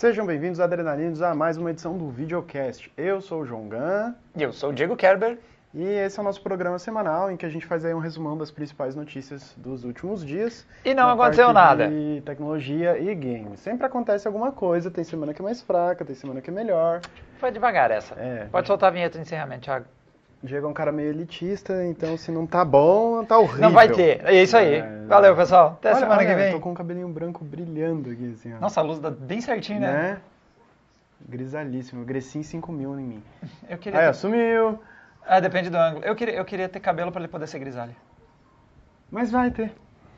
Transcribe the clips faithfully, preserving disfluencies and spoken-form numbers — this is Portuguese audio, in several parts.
Sejam bem-vindos, adrenalinos, a mais uma edição do Videocast. Eu sou o João Gan. E eu sou o Diego Kerber. E esse é o nosso programa semanal em que a gente faz aí um resumão das principais notícias dos últimos dias. E não na aconteceu parte nada. De tecnologia e games. Sempre acontece alguma coisa, tem semana que é mais fraca, tem semana que é melhor. Foi devagar essa. É. Pode soltar a vinheta de encerramento, Thiago. Diego é um cara meio elitista, então se não tá bom, tá horrível. Não vai ter. É isso aí. É. Valeu, pessoal. Até Olha, semana olha, que vem. Eu tô com um cabelinho branco brilhando aqui, assim, ó. Nossa, a luz dá bem certinho, né? Né? Grisalíssimo. Grecinho cinco mil em mim. Eu queria Aí, ter... ó, sumiu. Ah, depende do ângulo. Eu queria, eu queria ter cabelo pra ele poder ser grisalho. Mas vai ter.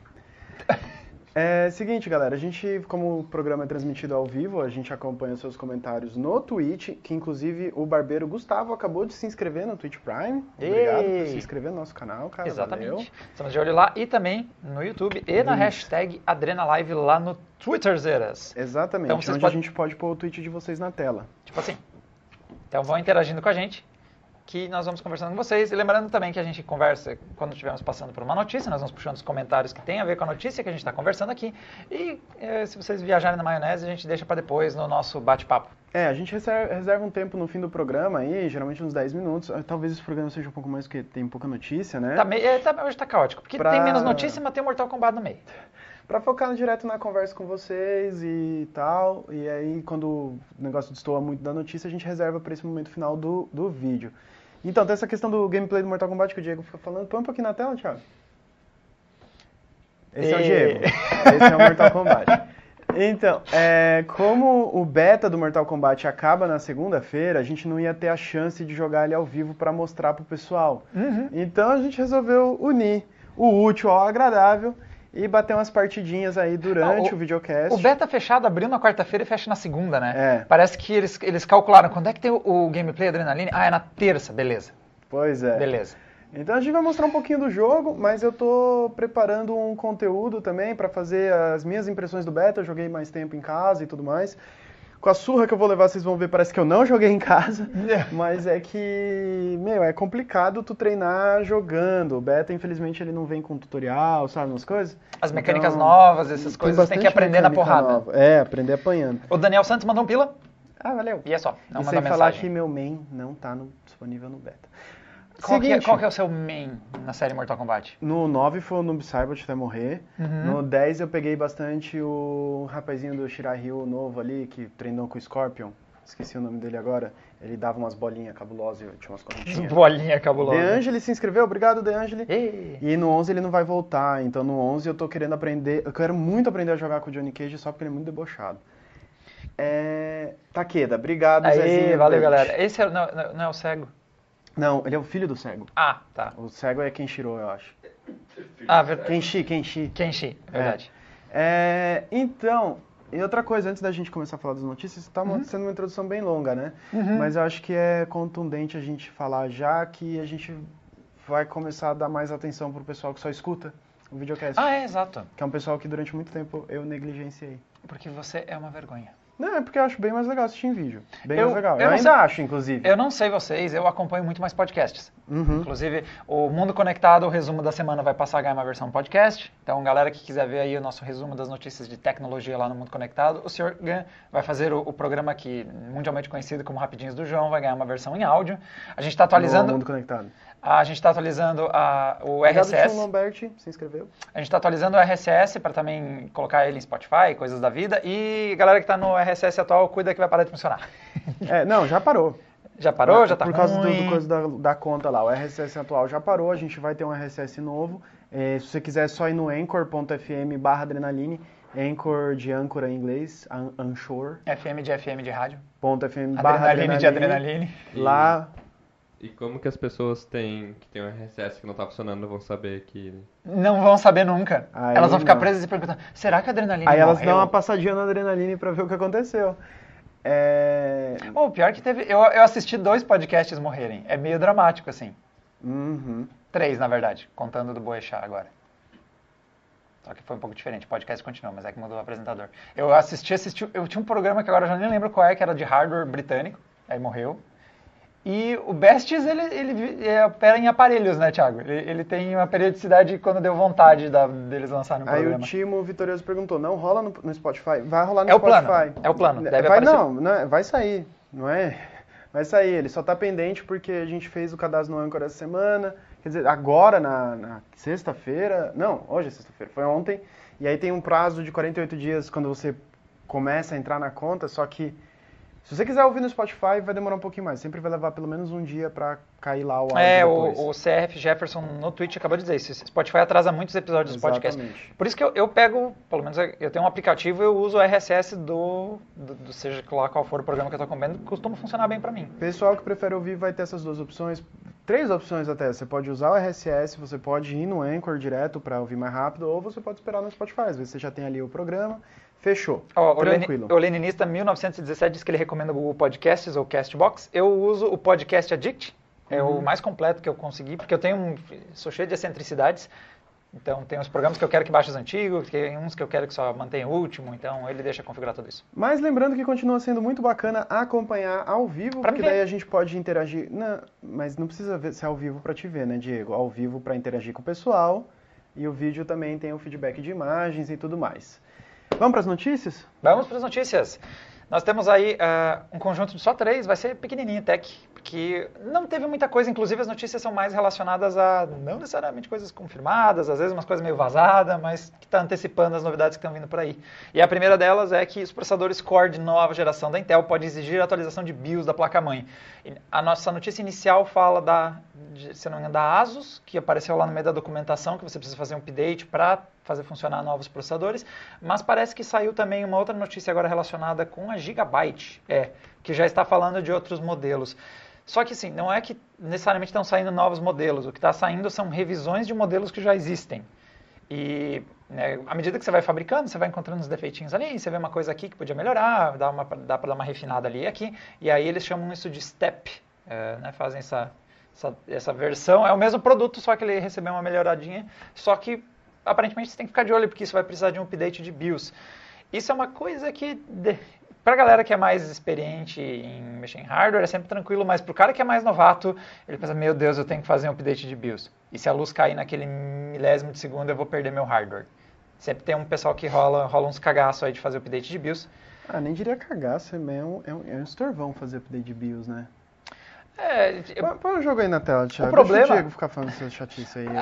É seguinte, galera, a gente, como o programa é transmitido ao vivo, a gente acompanha os seus comentários no Twitch, que inclusive o barbeiro Gustavo acabou de se inscrever no Twitch Prime. Obrigado Ei. por se inscrever no nosso canal, cara. Exatamente. Valeu. Estamos de olho lá e também no YouTube e na Isso. hashtag AdrenaLive lá no Twitterzeiras. Exatamente, Então, vocês onde podem- a gente pode pôr o tweet de vocês na tela. Tipo assim. Então vão interagindo com a gente, que nós vamos conversando com vocês. E lembrando também que a gente conversa quando estivermos passando por uma notícia, nós vamos puxando os comentários que tem a ver com a notícia que a gente está conversando aqui. E eh, se vocês viajarem na maionese, a gente deixa para depois no nosso bate-papo. É, a gente reserva, reserva um tempo no fim do programa aí, geralmente uns dez minutos. Talvez esse programa seja um pouco mais porque tem pouca notícia, né? Tá meio, é, tá, hoje tá caótico, porque Pra- tem menos notícia, mas tem o Mortal Kombat no meio. Pra focar direto na conversa com vocês e tal. E aí, quando o negócio destoa muito da notícia, a gente reserva pra esse momento final do, do vídeo. Então, tem essa questão do gameplay do Mortal Kombat que o Diego fica falando. Põe um pouquinho na tela, Thiago. Esse é o E- Diego. Esse é o Mortal Kombat. Então, é, como o beta do Mortal Kombat acaba na segunda-feira, a gente não ia ter a chance de jogar ele ao vivo pra mostrar pro pessoal. Uhum. Então, a gente resolveu unir o útil ao agradável e bater umas partidinhas aí durante Ah, o- o videocast. O beta fechado abriu na quarta-feira e fecha na segunda, né? É. Parece que eles, eles calcularam quando é que tem o, o gameplay Adrenaline. Ah, é na terça, beleza. Pois é. Beleza. Então a gente vai mostrar um pouquinho do jogo, mas eu tô preparando um conteúdo também pra fazer as minhas impressões do beta. Eu joguei mais tempo em casa e tudo mais. Com a surra que eu vou levar, vocês vão ver, parece que eu não joguei em casa. Mas é que, meu, é complicado tu treinar jogando. O beta, infelizmente, ele não vem com tutorial, sabe, umas coisas. As mecânicas Então, novas, essas coisas, tem que bastante aprender na mecânica porrada. nova. É, aprender apanhando. O Daniel Santos mandou um pila Ah, valeu. e é só. Não e mandou sem falar mensagem. que meu main não tá no- disponível no beta. Qual, que é, Seguinte, qual que é o seu main na série Mortal Kombat? no nove foi o Noob Saibot até morrer. Uhum. No dez eu peguei bastante o rapazinho do Shirahyu novo ali, que treinou com o Scorpion. Esqueci o nome dele agora. Ele dava umas bolinhas cabulosas e tinha umas correntinhas. Bolinha cabulosa. De Angeli se inscreveu, obrigado De Angeli. Ei. E no onze ele não vai voltar, então no onze eu tô querendo aprender, eu quero muito aprender a jogar com o Johnny Cage só porque ele é muito debochado. É... Takeda, obrigado, Aí, Zezinho. valeu, David. galera. Esse é, não, não- não é o cego? Não, ele é o filho do cego. Ah, tá. O cego é Kenshiro, eu acho. Ah, verdade. Kenshi, Kenshi. Kenshi, verdade. É, então, e outra coisa, antes da gente começar a falar das notícias, está Uhum. sendo uma introdução bem longa, né? Mas eu acho que é contundente a gente falar já que a gente vai começar a dar mais atenção pro pessoal que só escuta o videocast. Ah, é, exato. Que é um pessoal que durante muito tempo eu negligenciei. Porque você é uma vergonha. Não, é porque eu acho bem mais legal assistir em vídeo. Bem Eu- mais legal. eu Eu, não ainda sei- acho, inclusive. Eu não sei vocês, eu acompanho muito mais podcasts. Uhum. Inclusive, o Mundo Conectado, o resumo da semana vai passar a ganhar uma versão podcast. Então, galera que quiser ver aí o nosso resumo das notícias de tecnologia lá no Mundo Conectado, o senhor Gan vai fazer o, o programa que mundialmente conhecido como Rapidinhos do João, vai ganhar uma versão em áudio. A gente está No atualizando, Mundo Conectado. a gente está atualizando a, o Obrigado, R S S. Tio Lomberti, se inscreveu. A gente está atualizando o R S S para também colocar ele em Spotify, coisas da vida. E galera que está no R S S atual, cuida que vai parar de funcionar. É, não, já parou. Já parou? Já tá Por causa do, ruim? do coisa da, da conta lá. O R S S atual já parou, a gente vai ter um R S S novo. É, se você quiser, é só ir no anchor.fm barra adrenaline. Anchor de âncora em inglês, an- Anchor. F M de F M de rádio. Ponto .fm barra Adrenaline de adrenaline. Lá, E como que as pessoas têm, que tem um R S S que não tá funcionando vão saber que... Não vão saber nunca. Aí elas vão ficar não. presas e perguntando, será que a adrenalina aí elas morreu? dão uma passadinha na adrenaline pra ver o que aconteceu. É... Oh, pior que teve... Eu, eu assisti dois podcasts morrerem. É meio dramático, assim. Uhum. Três, na verdade, contando do Boechat agora. Só que foi um pouco diferente. O podcast continua, mas é que mudou o apresentador. Eu assisti, assisti... Eu tinha um programa que agora eu já nem lembro qual é, que era de hardware britânico. Aí morreu. E o Bestes, ele, ele é, opera em aparelhos, né, Thiago? Ele, ele tem uma periodicidade quando deu vontade da, deles lançarem o Aí programa. o Timo Vitorioso perguntou, não rola no, no Spotify? Vai rolar no É o Spotify. plano, é o plano. Deve vai, aparecer. não, não é- vai sair, não é? Vai sair, ele só tá pendente porque a gente fez o cadastro no Anchor essa semana, quer dizer, agora na, na sexta-feira, não, hoje é sexta-feira, foi ontem, e aí tem um prazo de quarenta e oito dias quando você começa a entrar na conta, só que se você quiser ouvir no Spotify, vai demorar um pouquinho mais. Sempre vai levar pelo menos um dia pra cair lá o áudio É, depois. o, o C R F Jefferson no Twitch acabou de dizer isso. O Spotify atrasa muitos episódios do podcast. Exatamente. Por isso que eu, eu pego, pelo menos eu tenho um aplicativo e eu uso o R S S do, do, do seja lá qual for o programa que eu tô acompanhando, costuma funcionar bem pra mim. Pessoal que prefere ouvir vai ter essas duas opções, três opções até. Você pode usar o R S S, você pode ir no Anchor direto pra ouvir mais rápido, ou você pode esperar no Spotify. Às vezes você já tem ali o programa, fechou, Ó, o, tranquilo. Leni, o Leninista mil novecentos e dezessete diz que ele recomenda o Google Podcasts ou Castbox. Eu uso o Podcast Addict, é Uhum. o mais completo que eu consegui, porque eu tenho um, sou cheio de excentricidades. Então tem os programas que eu quero que baixe os antigos, tem uns que eu quero que só mantenha o último, então ele deixa configurar tudo isso. Mas lembrando que continua sendo muito bacana acompanhar ao vivo, Pra porque me ver. daí a gente pode interagir. Não, mas não precisa ver, ser ao vivo pra te ver, né, Diego? Ao vivo pra interagir com o pessoal. E o vídeo também tem o feedback de imagens e tudo mais. Vamos pras notícias? Vamos para as notícias. Nós temos aí uh, um conjunto de só três, vai ser pequenininho, tech, porque não teve muita coisa, inclusive as notícias são mais relacionadas a, não necessariamente coisas confirmadas, às vezes umas coisas meio vazadas, mas que está antecipando as novidades que estão vindo por aí. E a primeira delas é que os processadores Core de nova geração da Intel podem exigir a atualização de BIOS da placa-mãe. A nossa notícia inicial fala da, de, se não me engano, da ASUS, que apareceu lá no meio da documentação, que você precisa fazer um update para fazer funcionar novos processadores, mas parece que saiu também uma outra notícia agora relacionada com a Gigabyte, é, que já está falando de outros modelos. Só que assim, não é que necessariamente estão saindo novos modelos, o que está saindo são revisões de modelos que já existem. E né, à medida que você vai fabricando, você vai encontrando uns defeitinhos ali, você vê uma coisa aqui que podia melhorar, dá, uma, dá para dar uma refinada ali e aqui, e aí eles chamam isso de step, é, né, fazem essa, essa, essa versão, é o mesmo produto, só que ele recebeu uma melhoradinha, só que aparentemente você tem que ficar de olho, porque isso vai precisar de um update de BIOS. Isso é uma coisa que, para a galera que é mais experiente em mexer em hardware, é sempre tranquilo, mas para o cara que é mais novato, ele pensa, meu Deus, eu tenho que fazer um update de BIOS. E se a luz cair naquele milésimo de segundo, eu vou perder meu hardware. Sempre tem um pessoal que rola, rola uns cagaços aí de fazer update de BIOS. Ah, nem diria cagaço, é um, é um, é um estorvão fazer update de BIOS, né? É, eu... Põe, põe o jogo aí na tela, Thiago. O problema... Deixa o Diego ficar falando essa chatice aí.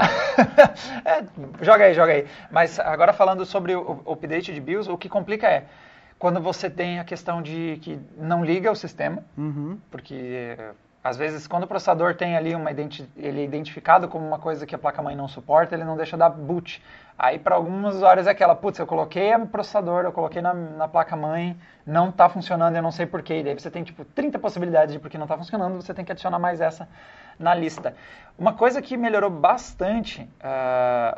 é, joga aí, joga aí. Mas agora falando sobre o, o update de BIOS, o que complica é quando você tem a questão de que não liga o sistema, Uhum. porque às vezes quando o processador tem ali uma identi ele é identificado como uma coisa que a placa-mãe não suporta, ele não deixa dar boot. Aí para alguns usuários é aquela, putz, eu coloquei o processador, eu coloquei na, na placa-mãe, não está funcionando, eu não sei porquê. E daí você tem tipo trinta possibilidades de por que não está funcionando, você tem que adicionar mais essa na lista. Uma coisa que melhorou bastante uh,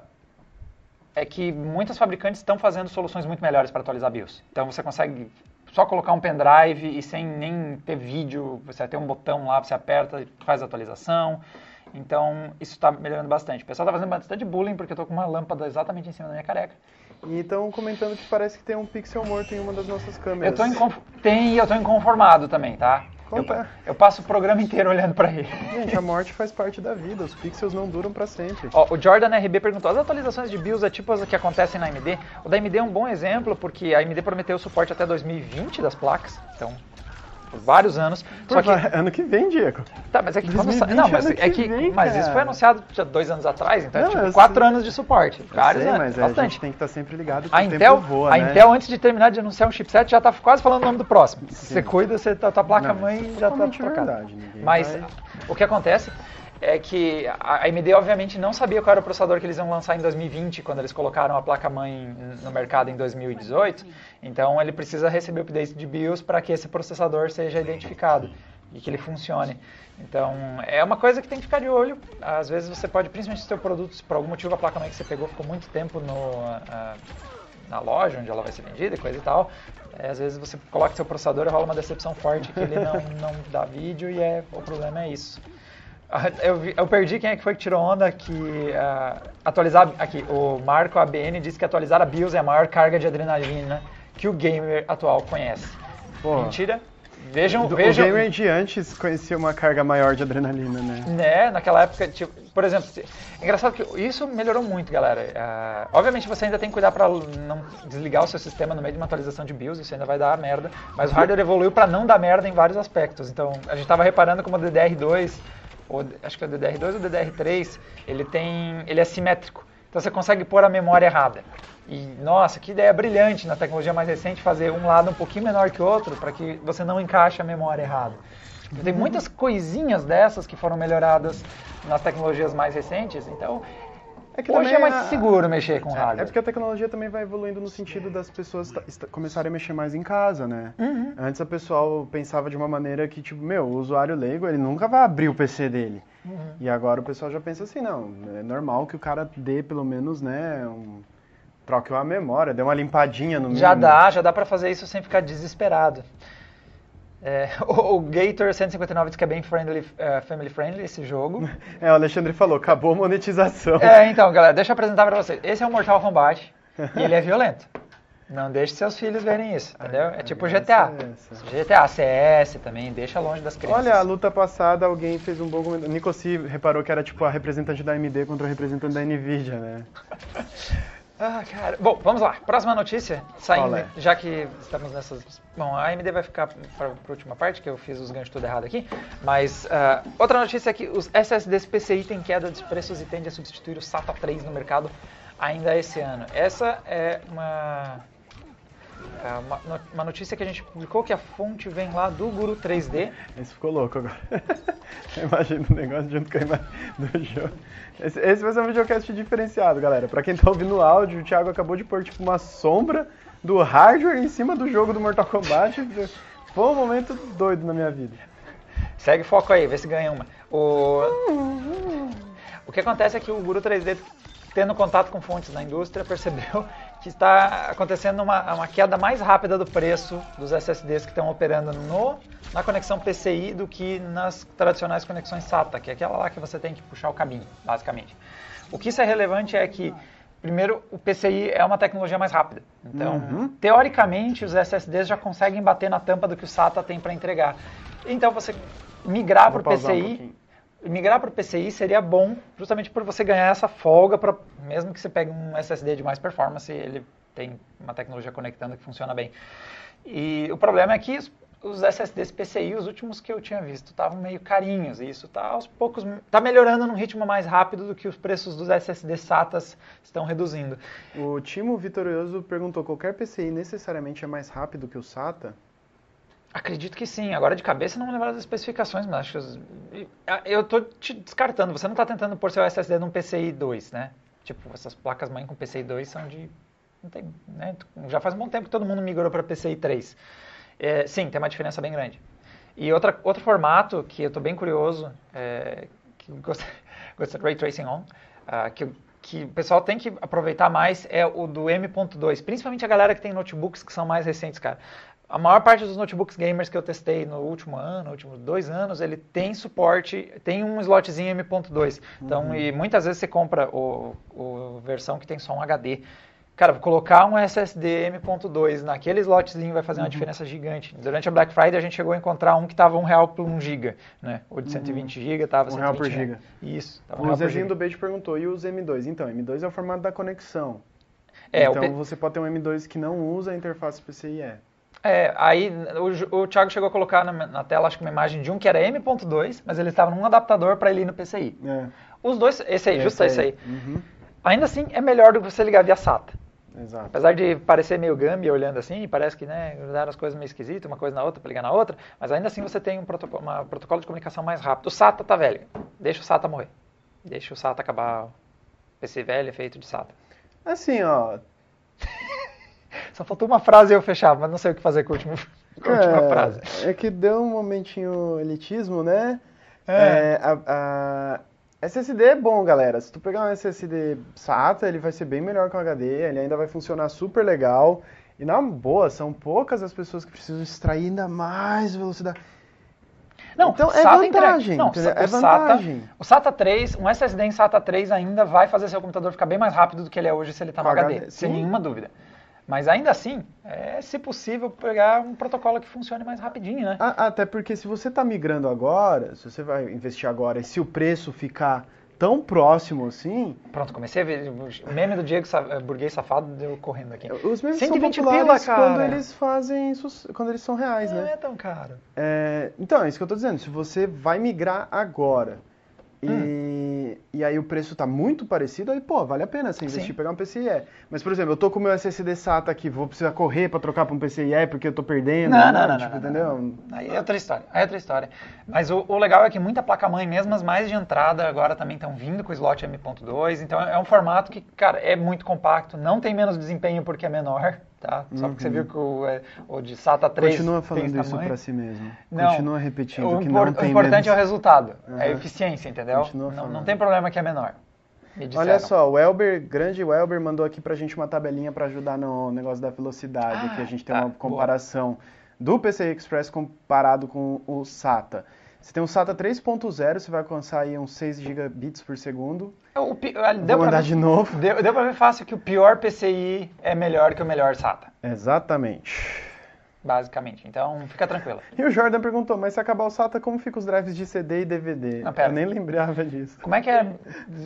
é que muitas fabricantes estão fazendo soluções muito melhores para atualizar BIOS. Então você consegue só colocar um pendrive e sem nem ter vídeo, você vai ter um botão lá, você aperta e faz a atualização. Então isso está melhorando bastante. O pessoal está fazendo bastante bullying porque eu estou com uma lâmpada exatamente em cima da minha careca. E estão comentando que parece que tem um pixel morto em uma das nossas Eu câmeras. tô inconf... Tem e eu estou inconformado também, tá? Eu, Conta. eu passo o programa inteiro olhando para ele. Gente, a morte faz parte da vida, os pixels não duram pra sempre. Ó, o Jordan R B perguntou, as atualizações de BIOS é tipo as que acontecem na A M D? O da A M D é um bom exemplo, porque a A M D prometeu suporte até dois mil e vinte das placas, então, por vários anos. Por Só que, va- Ano que vem, Diego. tá, mas é que quando dois mil e sa... vinte Não, mas ano é que que, vem, mas isso cara. foi anunciado já dois anos atrás, então Não, é tipo eu quatro sei. anos de suporte, vários Sei, anos, mas é, a bastante. gente tem que estar sempre ligado que A o Intel, tempo voa, a né? Intel, antes de terminar de anunciar um chipset, já tá quase falando o nome do próximo. Você cuida, você tá, tua placa-mãe Não, isso é já tá totalmente trocada. verdade, ninguém Mas vai- o que acontece é que a A M D, obviamente, não sabia qual era o processador que eles iam lançar em dois mil e vinte, quando eles colocaram a placa-mãe no mercado em dois mil e dezoito. Então, ele precisa receber update de BIOS para que esse processador seja identificado e que ele funcione. Então, é uma coisa que tem que ficar de olho. Às vezes você pode, principalmente se o seu produto, se por algum motivo a placa-mãe que você pegou ficou muito tempo no, uh, na loja onde ela vai ser vendida e coisa e tal, é, às vezes você coloca seu processador e rola uma decepção forte que ele não, não dá vídeo e é, o problema é isso. Eu, vi, eu perdi quem é que foi que tirou onda que uh, atualizar... Aqui, o Marco A B N disse que atualizar a BIOS é a maior carga de adrenalina que o gamer atual conhece. Pô. Mentira? Vejam, O vejam. O gamer de antes conhecia uma carga maior de adrenalina, né? Né, naquela época, tipo, por exemplo, se- é engraçado que isso melhorou muito, galera. Ah, obviamente você ainda tem que cuidar pra não desligar o seu sistema no meio de uma atualização de BIOS, isso ainda vai dar merda, mas o hardware evoluiu pra não dar merda em vários aspectos. Então, a gente tava reparando como o D D R dois, ou, acho que é o D D R dois ou o D D R três, ele tem, ele é simétrico. Então você consegue pôr a memória errada. E, nossa, que ideia brilhante na tecnologia mais recente fazer um lado um pouquinho menor que o outro para que você não encaixe a memória errada. Tipo, tem muitas coisinhas dessas que foram melhoradas nas tecnologias mais recentes, então É que hoje também é mais a- seguro mexer com É, hardware. é porque a tecnologia também vai evoluindo no sentido das pessoas ta- esta- começarem a mexer mais em casa, né? Uhum. Antes o pessoal pensava de uma maneira que, tipo, meu, o usuário leigo, ele nunca vai abrir o P C dele. Uhum. E agora o pessoal já pensa assim, não, é normal que o cara dê pelo menos, né, um... troque uma memória, dê uma limpadinha no Já mínimo. dá, já dá para fazer isso sem ficar desesperado. É, o, o Gator cento e cinquenta e nove diz que é bem friendly, eh, family friendly esse jogo. É, o Alexandre falou, acabou a monetização. É, então, galera, deixa eu apresentar pra vocês. Esse é o Mortal Kombat e ele é violento. Não deixe seus filhos verem isso, entendeu? É tipo G T A. essa. G T A, C S também, deixa longe das crianças. Olha, a luta passada, alguém fez um bom comentário. Nicosi reparou que era tipo a representante da A M D contra o representante da Nvidia, né? Ah, cara. Bom, vamos lá. Próxima notícia, saindo, Qual é? já que estamos nessas... Bom, a A M D vai ficar para a última parte, que eu fiz os ganchos tudo errado aqui. Mas ah, outra notícia é que os S S Ds P C I têm queda de preços e tende a substituir o SATA três no mercado ainda esse ano. Essa é uma... É uma, no- uma notícia que a gente publicou, que a fonte vem lá do Guru três D. Esse ficou louco agora. Imagina o negócio junto com a imagem do jogo. Esse, esse vai ser um videocast diferenciado, galera. Pra quem tá ouvindo o áudio, o Thiago acabou de pôr tipo uma sombra do hardware em cima do jogo do Mortal Kombat. Foi um momento doido na minha vida. Segue foco aí, vê se ganha uma. O, o que acontece é que o Guru três D, tendo contato com fontes da indústria, percebeu que está acontecendo uma, uma queda mais rápida do preço dos S S Ds que estão operando no, na conexão P C I do que nas tradicionais conexões SATA, que é aquela lá que você tem que puxar o cabinho, basicamente. O que isso é relevante é que, primeiro, o P C I é uma tecnologia mais rápida. Então, Uhum. teoricamente, os S S Ds já conseguem bater na tampa do que o SATA tem para entregar. Então, você migrar para Vou o P C pausar um I... pouquinho. Migrar para o P C I seria bom, justamente por você ganhar essa folga, pra, mesmo que você pegue um S S D de mais performance, ele tem uma tecnologia conectando que funciona bem. E o problema é que os, os S S Ds P C I, os últimos que eu tinha visto, estavam meio carinhos, e isso está aos poucos, está melhorando num ritmo mais rápido do que os preços dos S S Ds SATAs estão reduzindo. O Timo Vitorioso perguntou, qualquer P C I necessariamente é mais rápido que o SATA? Acredito que sim. Agora de cabeça não me lembro das especificações, mas acho que os- eu estou te descartando. Você não está tentando pôr seu S S D num P C I dois, né? Tipo, essas placas-mãe com P C I dois são de... Não tem, né? Já faz um bom tempo que todo mundo migrou para P C I três. É, sim, tem uma diferença bem grande. E outra, outro formato que eu estou bem curioso, é, que gosta, gosta de Ray Tracing On, ah, que, que o pessoal tem que aproveitar mais é o do M ponto dois. Principalmente a galera que tem notebooks que são mais recentes, cara. A maior parte dos notebooks gamers que eu testei no último ano, últimos dois anos, ele tem suporte, tem um slotzinho M ponto dois. Então, Uhum. e muitas vezes você compra o, o versão que tem só um H D. Cara, colocar um S S D M ponto dois naquele slotzinho vai fazer uma Uhum. diferença gigante. Durante a Black Friday a gente chegou a encontrar um que estava um real por um giga, né? O de cento e vinte gigas estava Um real por cento e vinte giga. Isso, tava um O real por Zezinho giga. do Bait perguntou, e os M dois? Então, M dois é o formato da conexão. É, o então P- você pode ter um M dois que não usa a interface P C I E. É, aí o, o Thiago chegou a colocar na, na tela, acho que uma imagem de um que era M ponto dois, mas ele estava num adaptador para ele ir no P C I. É. Os dois, esse aí, justo esse aí. Uhum. Ainda assim, é melhor do que você ligar via SATA. Exato. Apesar de parecer meio gambi olhando assim, parece que, né, grudaram as coisas meio esquisitas, uma coisa na outra para ligar na outra, mas ainda assim você tem um protocolo, uma protocolo de comunicação mais rápido. O SATA tá velho, deixa o SATA morrer. Deixa o SATA acabar. O P C velho é feito de SATA. Assim, ó, Só faltou uma frase e eu fechava, mas não sei o que fazer com a última, com a última frase. é, é que deu um momentinho elitismo, né? É. É, a, a- S S D é bom, galera. Se tu pegar um S S D SATA, ele vai ser bem melhor que o H D, ele ainda vai funcionar super legal. E na boa, são poucas as pessoas que precisam extrair ainda mais velocidade. Não, Então, é SATA entrega. vantagem, Não, entendeu? o É SATA, vantagem. o SATA três, um S S D em SATA três ainda vai fazer seu computador ficar bem mais rápido do que ele é hoje se ele está no Com H D, H D, sem sim. nenhuma dúvida. Mas ainda assim, é, se possível, pegar um protocolo que funcione mais rapidinho, né? Ah, até porque se você está migrando agora, se você vai investir agora e se o preço ficar tão próximo assim... Pronto, comecei a ver o meme do Diego Sa- Burguês Safado deu correndo aqui. Os memes são cento e vinte populares pila, quando cara. eles fazem, sus- quando eles são reais, Não né? é tão caro. É, então, é isso que eu tô dizendo. Se você vai migrar agora e, Hum. e aí o preço tá muito parecido, aí, pô, vale a pena você investir Sim. e pegar um P C I E. Mas, por exemplo, eu tô com o meu S S D SATA aqui, vou precisar correr pra trocar pra um P C I E porque eu tô perdendo. Não, né? não, não, Tipo, não, não, entendeu? não. Aí é outra história, aí é outra história. Mas o, o legal é que muita placa-mãe, mesmo as mais de entrada, agora também estão vindo com o slot M ponto dois, então é um formato que, cara, é muito compacto, não tem menos desempenho porque é menor, tá? Só porque você viu que o, é, o de SATA três Continua tem falando esse isso tamanho. pra si mesmo. Não. Continua repetindo o que impor- não tem O importante menos. é o resultado, é a Aham. eficiência, entendeu? Continua Não, não falando. tem problema que é menor. Me disseram. Olha só, o Elber, grande Elber, mandou aqui pra gente uma tabelinha pra ajudar no negócio da velocidade. Ah, aqui a gente tem tá, uma comparação do P C I Express comparado com o SATA. Você tem um SATA três ponto zero, você vai alcançar aí uns seis gigabits por segundo. O pi- ah, deu Vou pra mandar ver- de novo. Deu, deu pra ver fácil que o pior P C I é melhor que o melhor SATA, Exatamente. basicamente. Então, fica tranquilo. E o Jordan perguntou, mas se acabar o SATA, como ficam os drives de C D e D V D? Não, pera. Eu nem lembrava disso. Como é que é?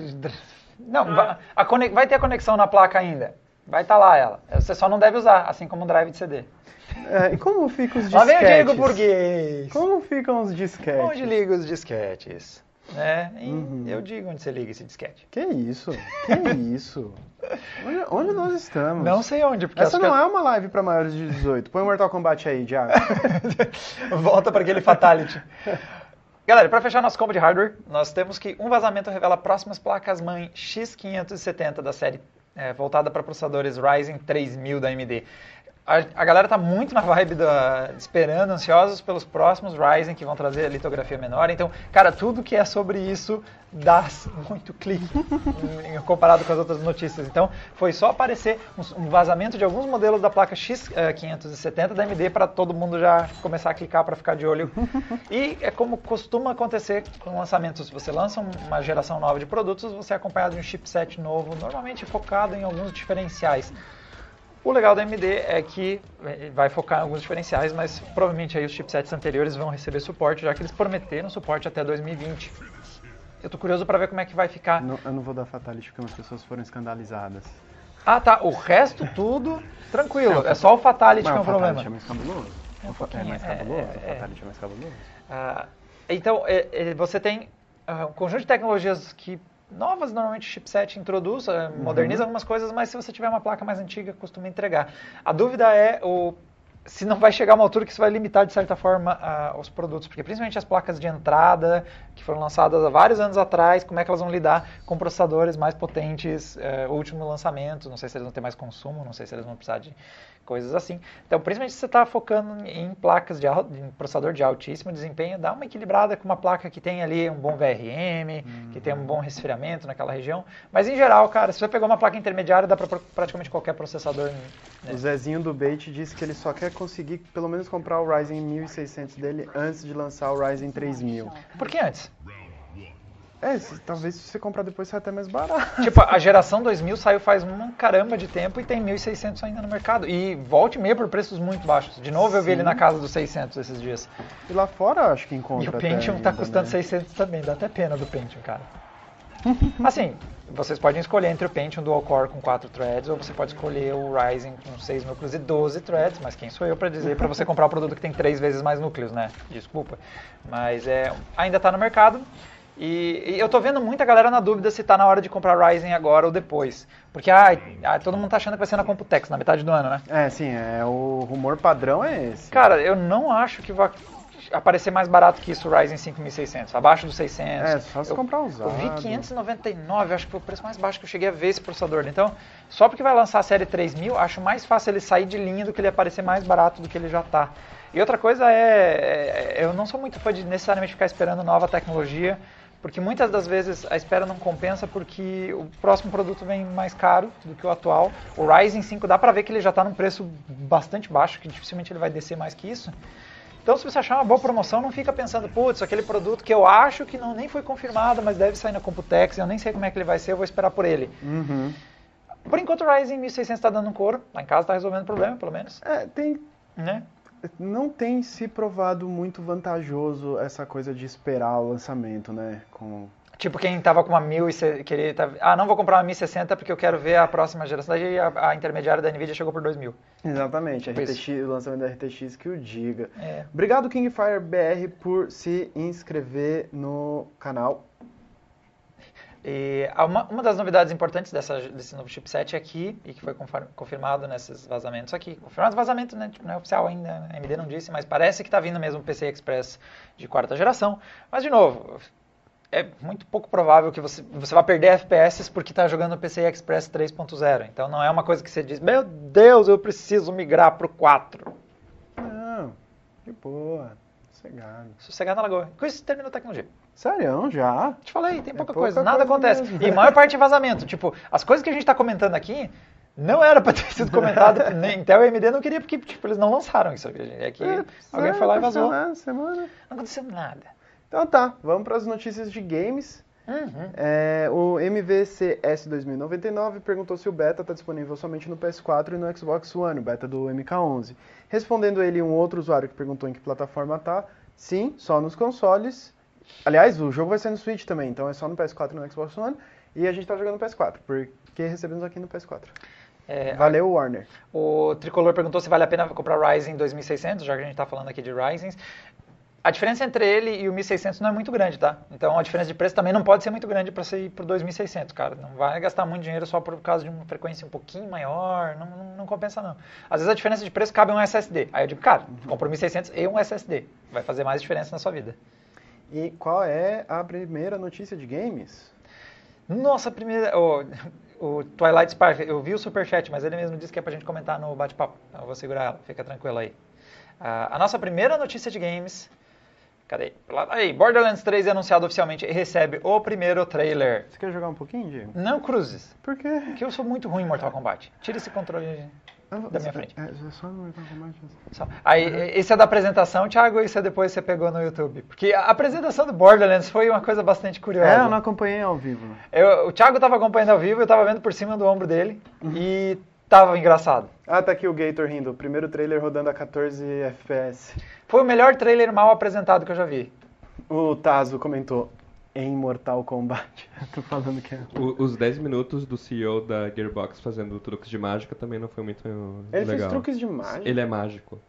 Não, va- a conex- vai ter a conexão na placa ainda. Vai estar lá ela. Você só não deve usar, assim como o drive de C D. É, e como ficam os Lá vem o disquetes? Diego Burguês. Como ficam os disquetes? Onde liga os disquetes? Né? E Uhum. Eu digo onde você liga esse disquete. Que isso? Que isso? Onde, onde nós estamos? Não sei onde, porque Essa acho que não é uma live pra maiores de dezoito. Põe o Mortal Kombat aí, Diago. Volta para aquele fatality. Galera, para fechar nosso combo de hardware, nós temos que um vazamento revela próximas placas-mãe X quinhentos e setenta da série é, voltada para processadores Ryzen três mil da A M D. A, a galera tá muito na vibe da esperando, ansiosos pelos próximos Ryzen que vão trazer a litografia menor. Então, cara, tudo que é sobre isso dá muito clique em- em- comparado com as outras notícias. Então, foi só aparecer um, um vazamento de alguns modelos da placa X quinhentos e setenta da A M D para todo mundo já começar a clicar para ficar de olho. E é como costuma acontecer com lançamentos. Se você lança uma geração nova de produtos, você é acompanhado de um chipset novo, normalmente focado em alguns diferenciais. O legal da A M D é que vai focar em alguns diferenciais, mas provavelmente aí os chipsets anteriores vão receber suporte, já que eles prometeram suporte até dois mil e vinte. Eu tô curioso para ver como é que vai ficar. Não, eu não vou dar fatality porque as pessoas foram escandalizadas. Ah, tá. O resto tudo tranquilo. É só o fatality que é um Mas o fatality problema. é mais cabuloso? É um O fa- pouquinho, é mais é, cabuloso? é, O fatality é mais cabuloso? Ah, então, é, é, você tem ah, um conjunto de tecnologias que novas, normalmente o chipset introduz, ah, moderniza algumas coisas, mas se você tiver uma placa mais antiga, costuma entregar. A dúvida é o, se não vai chegar a uma altura que isso vai limitar, de certa forma, ah, os produtos. Porque principalmente as placas de entrada, que foram lançadas há vários anos atrás, como é que elas vão lidar com processadores mais potentes, eh, último lançamento, não sei se eles vão ter mais consumo, não sei se eles vão precisar de coisas assim. Então, principalmente se você está focando em placas de, al- em processador de altíssimo desempenho, dá uma equilibrada com uma placa que tem ali um bom V R M, Uhum. que tem um bom resfriamento naquela região. Mas, em geral, cara, se você pegar uma placa intermediária, dá para praticamente qualquer processador. Né? O Zezinho do Bait disse que ele só quer conseguir pelo menos comprar o Ryzen mil e seiscentos dele antes de lançar o Ryzen três mil. Por que antes? É, se- talvez se você comprar depois sai até mais barato. Tipo, a geração dois mil saiu faz uma caramba de tempo e tem mil e seiscentos ainda no mercado. E volte e meia por preços muito baixos. De novo eu vi ele Sim. na casa dos seiscentos esses dias. E lá fora eu acho que encontra E o até Pentium tá ainda, custando né? seiscentos também, dá até pena do Pentium, cara. Assim, vocês podem escolher entre o Pentium Dual Core com quatro threads ou você pode escolher o Ryzen com seis núcleos e doze threads, mas quem sou eu para dizer para você comprar um produto que tem três vezes mais núcleos, né? Desculpa. Mas é, ainda tá no mercado. E, e eu tô vendo muita galera na dúvida se tá na hora de comprar Ryzen agora ou depois. Porque ah, ah, todo mundo tá achando que vai ser na Computex, na metade do ano, né? É, sim, é, o rumor padrão é esse. Cara, eu não acho que vai aparecer mais barato que isso o Ryzen cinco mil e seiscentos, abaixo dos seiscentos. É, só se eu, comprar usado. Eu vi quinhentos e noventa e nove, acho que foi o preço mais baixo que eu cheguei a ver esse processador. Então, só porque vai lançar a série três mil, acho mais fácil ele sair de linha do que ele aparecer mais barato do que ele já tá. E outra coisa é, é eu não sou muito fã de necessariamente ficar esperando nova tecnologia, porque muitas das vezes a espera não compensa porque o próximo produto vem mais caro do que o atual. O Ryzen cinco dá pra ver que ele já está num preço bastante baixo, que dificilmente ele vai descer mais que isso. Então, se você achar uma boa promoção, não fica pensando, putz, aquele produto que eu acho que não, nem foi confirmado, mas deve sair na Computex, eu nem sei como é que ele vai ser, eu vou esperar por ele. Uhum. Por enquanto o Ryzen mil e seiscentos está dando um couro, lá em casa está resolvendo o problema, pelo menos. É, tem... Né? Não tem se provado muito vantajoso essa coisa de esperar o lançamento, né? Com... Tipo, quem tava com uma mil e se- queria... Tá, ah, não vou comprar uma mil e sessenta porque eu quero ver a próxima geração. Daí a, a intermediária da NVIDIA chegou por dois mil. Exatamente, a Tipo R T X, o lançamento da R T X que o diga. É. Obrigado, Kingfire B R, por se inscrever no canal. E uma, uma das novidades importantes dessa, desse novo chipset aqui, e que foi confir- confirmado nesses vazamentos aqui, confirmado vazamento, né, tipo, não é oficial ainda, a A M D não disse, mas parece que está vindo mesmo o P C I Express de quarta geração. Mas, de novo, é muito pouco provável que você, você vá perder F P S porque está jogando o P C I Express três ponto zero. Então não é uma coisa que você diz, meu Deus, eu preciso migrar para o quatro. Não, de boa, sossegado. Sossegado na lagoa. Com isso termina a tecnologia. Sério, já? Te falei, tem É pouca, pouca coisa, nada coisa acontece. mesmo. E a maior parte é vazamento. Tipo, as coisas que a gente está comentando aqui não era para ter sido comentado. Nem Intel e A M D não queria porque tipo, eles não lançaram isso. É que É, alguém é, foi lá e vazou. aconteceu nada, semana. Não aconteceu nada. Então tá, vamos para as notícias de games. Uhum. É, o M V C S dois mil e noventa e nove perguntou se o beta está disponível somente no P S quatro e no Xbox One, o beta do M K onze. Respondendo ele um outro usuário que perguntou em que plataforma tá, sim, só nos consoles. Aliás, o jogo vai ser no Switch também, então é só no P S quatro e no Xbox One. E a gente tá jogando no P S quatro, porque recebemos aqui no P S quatro. É, Valeu, Warner. O Tricolor perguntou se vale a pena comprar o Ryzen dois mil e seiscentos, já que a gente está falando aqui de Ryzens. A diferença entre ele e o mil e seiscentos não é muito grande, tá? Então a diferença de preço também não pode ser muito grande para você ir pro dois mil e seiscentos, cara. Não vai gastar muito dinheiro só por causa de uma frequência um pouquinho maior, não, não, não compensa não. Às vezes a diferença de preço cabe um S S D. Aí eu digo, cara, compra o mil e seiscentos e um S S D. Vai fazer mais diferença na sua vida. E qual é a primeira notícia de games? Nossa, primeira... O, o Twilight Spark, eu vi o superchat, mas ele mesmo disse que é pra gente comentar no bate-papo. Eu vou segurar ela, fica tranquilo aí. Uh, a nossa primeira notícia de games... Cadê? Aí, Borderlands três é anunciado oficialmente e recebe o primeiro trailer. Você quer jogar um pouquinho, Diego? Não cruzes, Por quê? porque eu sou muito ruim em Mortal Kombat. Tira esse controle Ah, da minha frente. É, é só no Mortal Kombat. Só. Aí, esse é da apresentação, Thiago, e esse é depois você pegou no YouTube. Porque a apresentação do Borderlands foi uma coisa bastante curiosa. É, eu não acompanhei ao vivo. Eu- o Thiago estava acompanhando ao vivo, eu estava vendo por cima do ombro dele e tava engraçado. Ah, tá aqui o Gator rindo. O primeiro trailer rodando a quatorze F P S. Foi o melhor trailer mal apresentado que eu já vi. O Tazo comentou em Mortal Kombat. Tô falando que é. O- os dez minutos do C E O da Gearbox fazendo truques de mágica também não foi muito Ele legal. fez truques de mágica. Ele é mágico.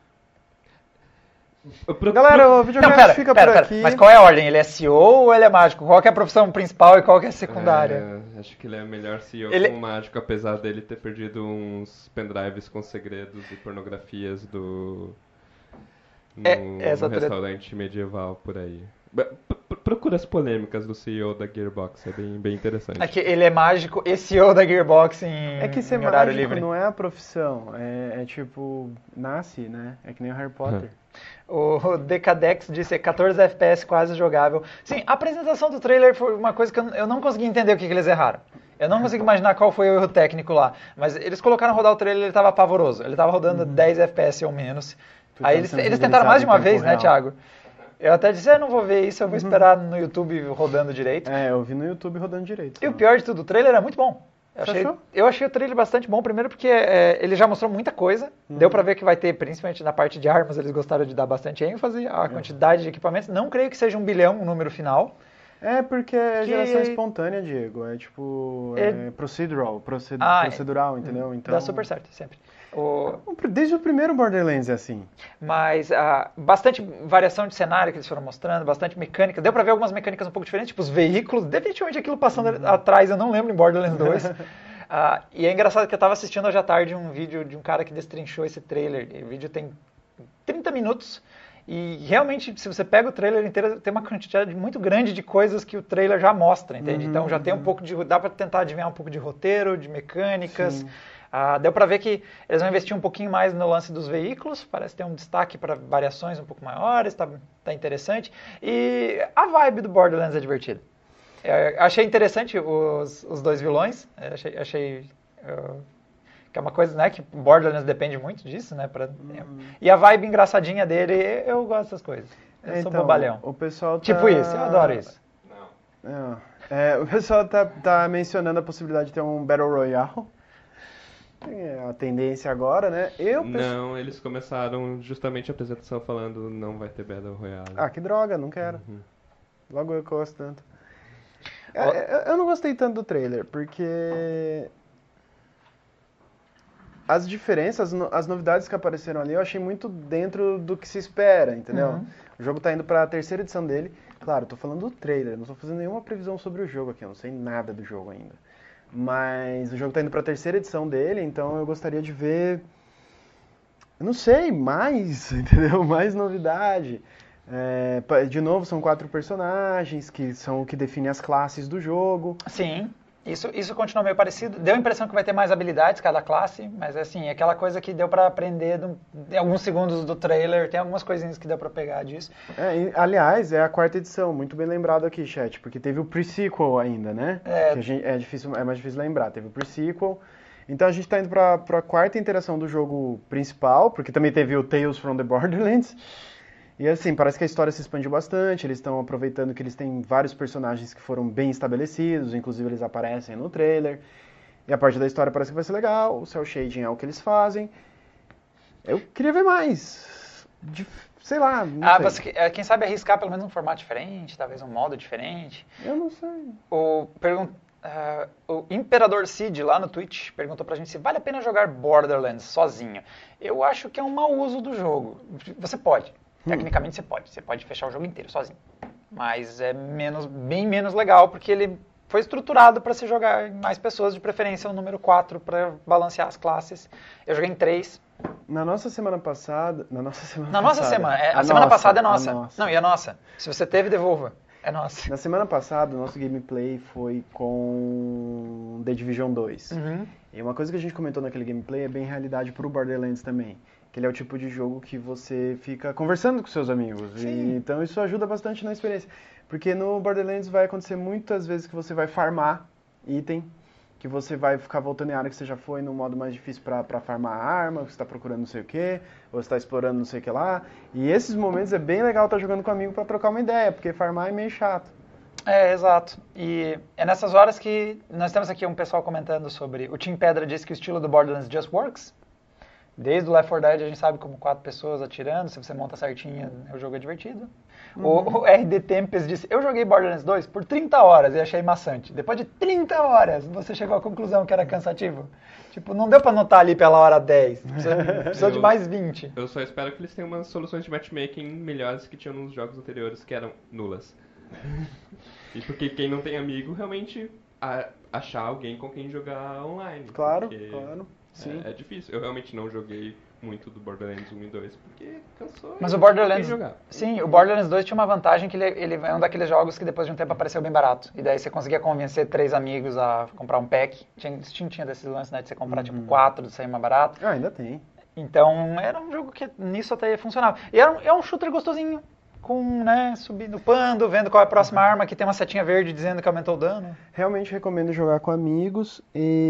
Pro- Galera, pro- o videogame Não, pera, fica pera, por pera. aqui. Mas qual é a ordem? Ele é C E O ou ele é mágico? Qual que é a profissão principal e qual que é a secundária? É, acho que ele é melhor C E O Ele- como mágico, apesar dele ter perdido uns pendrives com segredos e pornografias do no, É, essa no treta. restaurante medieval por aí. Ba- p- Procura as polêmicas do C E O da Gearbox, é bem, bem interessante. É que ele é mágico e C E O da Gearbox em, É que ser em horário mágico livre. não é a profissão. É, é tipo, nasce, né? É que nem o Harry Potter. O Decadex disse quatorze F P S quase jogável. Sim, a apresentação do trailer foi uma coisa que eu, eu não consegui entender o que, que eles erraram. Eu não consigo imaginar qual foi o erro técnico lá. Mas eles colocaram rodar o trailer e ele estava pavoroso. Ele estava rodando dez F P S ou menos. Tudo Aí tava eles, sendo eles tentaram mais de uma renderizado em vez, né, tempo real. Thiago? Eu até disse, eu não vou ver isso, eu vou esperar no YouTube rodando direito. É, eu vi no YouTube rodando direito. E o só. pior de tudo, o trailer é muito bom. Eu Você achei, achou? eu achei o trailer bastante bom, primeiro porque é, ele já mostrou muita coisa. Deu pra ver que vai ter, principalmente na parte de armas, eles gostaram de dar bastante ênfase. A quantidade de equipamentos, não creio que seja um bilhão o número final. É porque é Que- geração espontânea, Diego. É tipo. É- É procedural. proced- Ah, é. procedural, entendeu? Então. Dá super certo, sempre. O- Desde o primeiro Borderlands é assim. mas ah, bastante variação de cenário que eles foram mostrando, bastante mecânica. Deu pra ver algumas mecânicas um pouco diferentes, tipo os veículos. Definitivamente aquilo passando atrás, eu não lembro em Borderlands dois. Ah, e é engraçado que eu tava assistindo hoje à tarde um vídeo de um cara que destrinchou esse trailer. E o vídeo tem trinta minutos. E realmente, se você pega o trailer inteiro, tem uma quantidade muito grande de coisas que o trailer já mostra, entende? Uhum, Então já tem um uhum. pouco de... Dá pra tentar adivinhar um pouco de roteiro, de mecânicas. Sim. Ah, deu pra ver que eles vão investir um pouquinho mais no lance dos veículos. Parece ter um destaque para variações um pouco maiores, tá, tá interessante. E a vibe do Borderlands é divertida. Eu achei interessante os, os dois vilões. Eu achei... achei eu- que é uma coisa, né, que Borderlands depende muito disso, né? Pra, E a vibe engraçadinha dele, eu gosto dessas coisas. Eu sou Então, bobalhão. O pessoal tá... Tipo isso, eu adoro isso. Não. É, é, o pessoal tá, tá mencionando a possibilidade de ter um Battle Royale. É a tendência agora, né? Eu peço- Não, eles começaram justamente a apresentação falando não vai ter Battle Royale. Ah, que droga, não quero. Uhum. Logo eu que gosto tanto. É, Ó. é, Eu não gostei tanto do trailer, porque as diferenças, no- as novidades que apareceram ali, eu achei muito dentro do que se espera, entendeu? Uhum. O jogo tá indo pra terceira edição dele. Claro, eu tô falando do trailer, não tô fazendo nenhuma previsão sobre o jogo aqui, eu não sei nada do jogo ainda. Mas o jogo tá indo pra terceira edição dele, então eu gostaria de ver, eu não sei, mais, entendeu? Mais novidade. É, pa- de novo, são quatro personagens que são o que definem as classes do jogo. Sim, isso, isso continua meio parecido. Deu a impressão que vai ter mais habilidades cada classe, mas assim, é aquela coisa que deu pra aprender do- em alguns segundos do trailer, tem algumas coisinhas que deu pra pegar disso. É, e, aliás, é a quarta edição, muito bem lembrado aqui, chat, porque teve o pre-sequel ainda, né? É. Que a gente, é, difícil, é mais difícil lembrar, teve o pre-sequel. Então a gente tá indo pra, pra quarta interação do jogo principal, porque também teve o Tales from the Borderlands. E assim, parece que a história se expandiu bastante, eles estão aproveitando que eles têm vários personagens que foram bem estabelecidos, inclusive eles aparecem no trailer. E a parte da história parece que vai ser legal, o cel shading é o que eles fazem. Eu queria ver mais. De, sei lá, não Ah, sei. você, que- é, quem sabe arriscar pelo menos um formato diferente, talvez um modo diferente. Eu não sei. O, pergun ah, o Imperador Cid lá no Twitch perguntou pra gente se vale a pena jogar Borderlands sozinho. Eu acho que é um mau uso do jogo. Você pode, tecnicamente você pode, você pode fechar o jogo inteiro sozinho. Mas é menos, bem menos legal porque ele foi estruturado para se jogar em mais pessoas, de preferência o número quatro para balancear as classes. Eu joguei em três. Na nossa semana passada. Na nossa semana Na nossa passada, semana, é, a, a semana nossa, passada é a nossa. nossa. Não, e a nossa? Se você teve, devolva. É nossa. Na semana passada, o nosso gameplay foi com The Division dois. Uhum. E uma coisa que a gente comentou naquele gameplay é bem realidade pro Borderlands também. Que ele é o tipo de jogo que você fica conversando com seus amigos. E, Sim. então isso ajuda bastante na experiência. Porque no Borderlands vai acontecer muitas vezes que você vai farmar item, que você vai ficar voltando em área que você já foi no modo mais difícil pra, pra farmar arma, que você tá procurando não sei o que, ou você tá explorando não sei o que lá. E esses momentos é bem legal estar jogando com um amigo pra trocar uma ideia, porque farmar é meio chato. É, exato. E é nessas horas que nós temos aqui um pessoal comentando sobre... O Tim Pedra disse que o estilo do Borderlands just works. Desde o Left four Dead a gente sabe como quatro pessoas atirando, se você monta certinho, o jogo é divertido. O, o R D Tempest disse, eu joguei Borderlands dois por trinta horas e achei maçante. Depois de trinta horas, você chegou à conclusão que era cansativo. Tipo, não deu pra notar ali pela hora dez. Precisou, precisou de Eu- mais vinte. Eu só espero que eles tenham umas soluções de matchmaking melhores que tinham nos jogos anteriores, que eram nulas. E porque quem não tem amigo, realmente a- achar alguém com quem jogar online. Claro, porque claro. Sim. É, é difícil. Eu realmente não joguei muito do Borderlands um e dois, porque cansou. Mas e o não tinha Borderlands, quem jogar. sim, o Borderlands dois tinha uma vantagem que ele, ele é um daqueles jogos que depois de um tempo apareceu bem barato. E daí você conseguia convencer três amigos a comprar um pack. Tinha, Steam tinha desses lances, né, de você comprar tipo quatro, de sair mais barato. Ah, ainda tem. Então era um jogo que nisso até funcionava. E era um, é um shooter gostosinho. Com, né, subindo, upando, vendo qual é a próxima arma, que tem uma setinha verde dizendo que aumentou o dano. Realmente recomendo jogar com amigos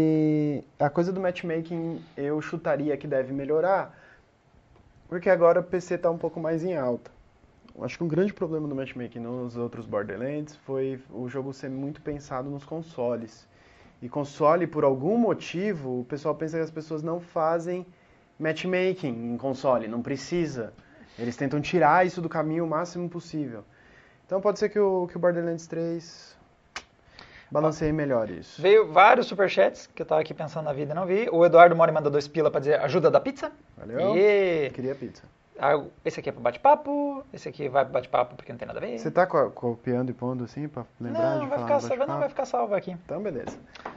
e a coisa do matchmaking eu chutaria que deve melhorar, porque agora o P C está um pouco mais em alta. Eu acho que um grande problema do matchmaking nos outros Borderlands foi o jogo ser muito pensado nos consoles. E console, por algum motivo, o pessoal pensa que as pessoas não fazem matchmaking em console, não precisa. Eles tentam tirar isso do caminho o máximo possível. Então pode ser que o, que o Borderlands três balanceie melhor isso. Veio vários superchats, que eu tava aqui pensando na vida e não vi. O Eduardo Mori mandou dois pila pra dizer ajuda da pizza. Valeu? E Queria pizza. ah, esse aqui é pro bate-papo, esse aqui vai pro bate-papo porque não tem nada a ver. Você tá co- copiando e pondo assim pra lembrar não, de vai falar ficar, no salvo, não, bate-papo? vai ficar salvo aqui. Então, beleza.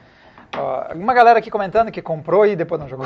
Ó, uma galera aqui comentando que comprou e depois não jogou.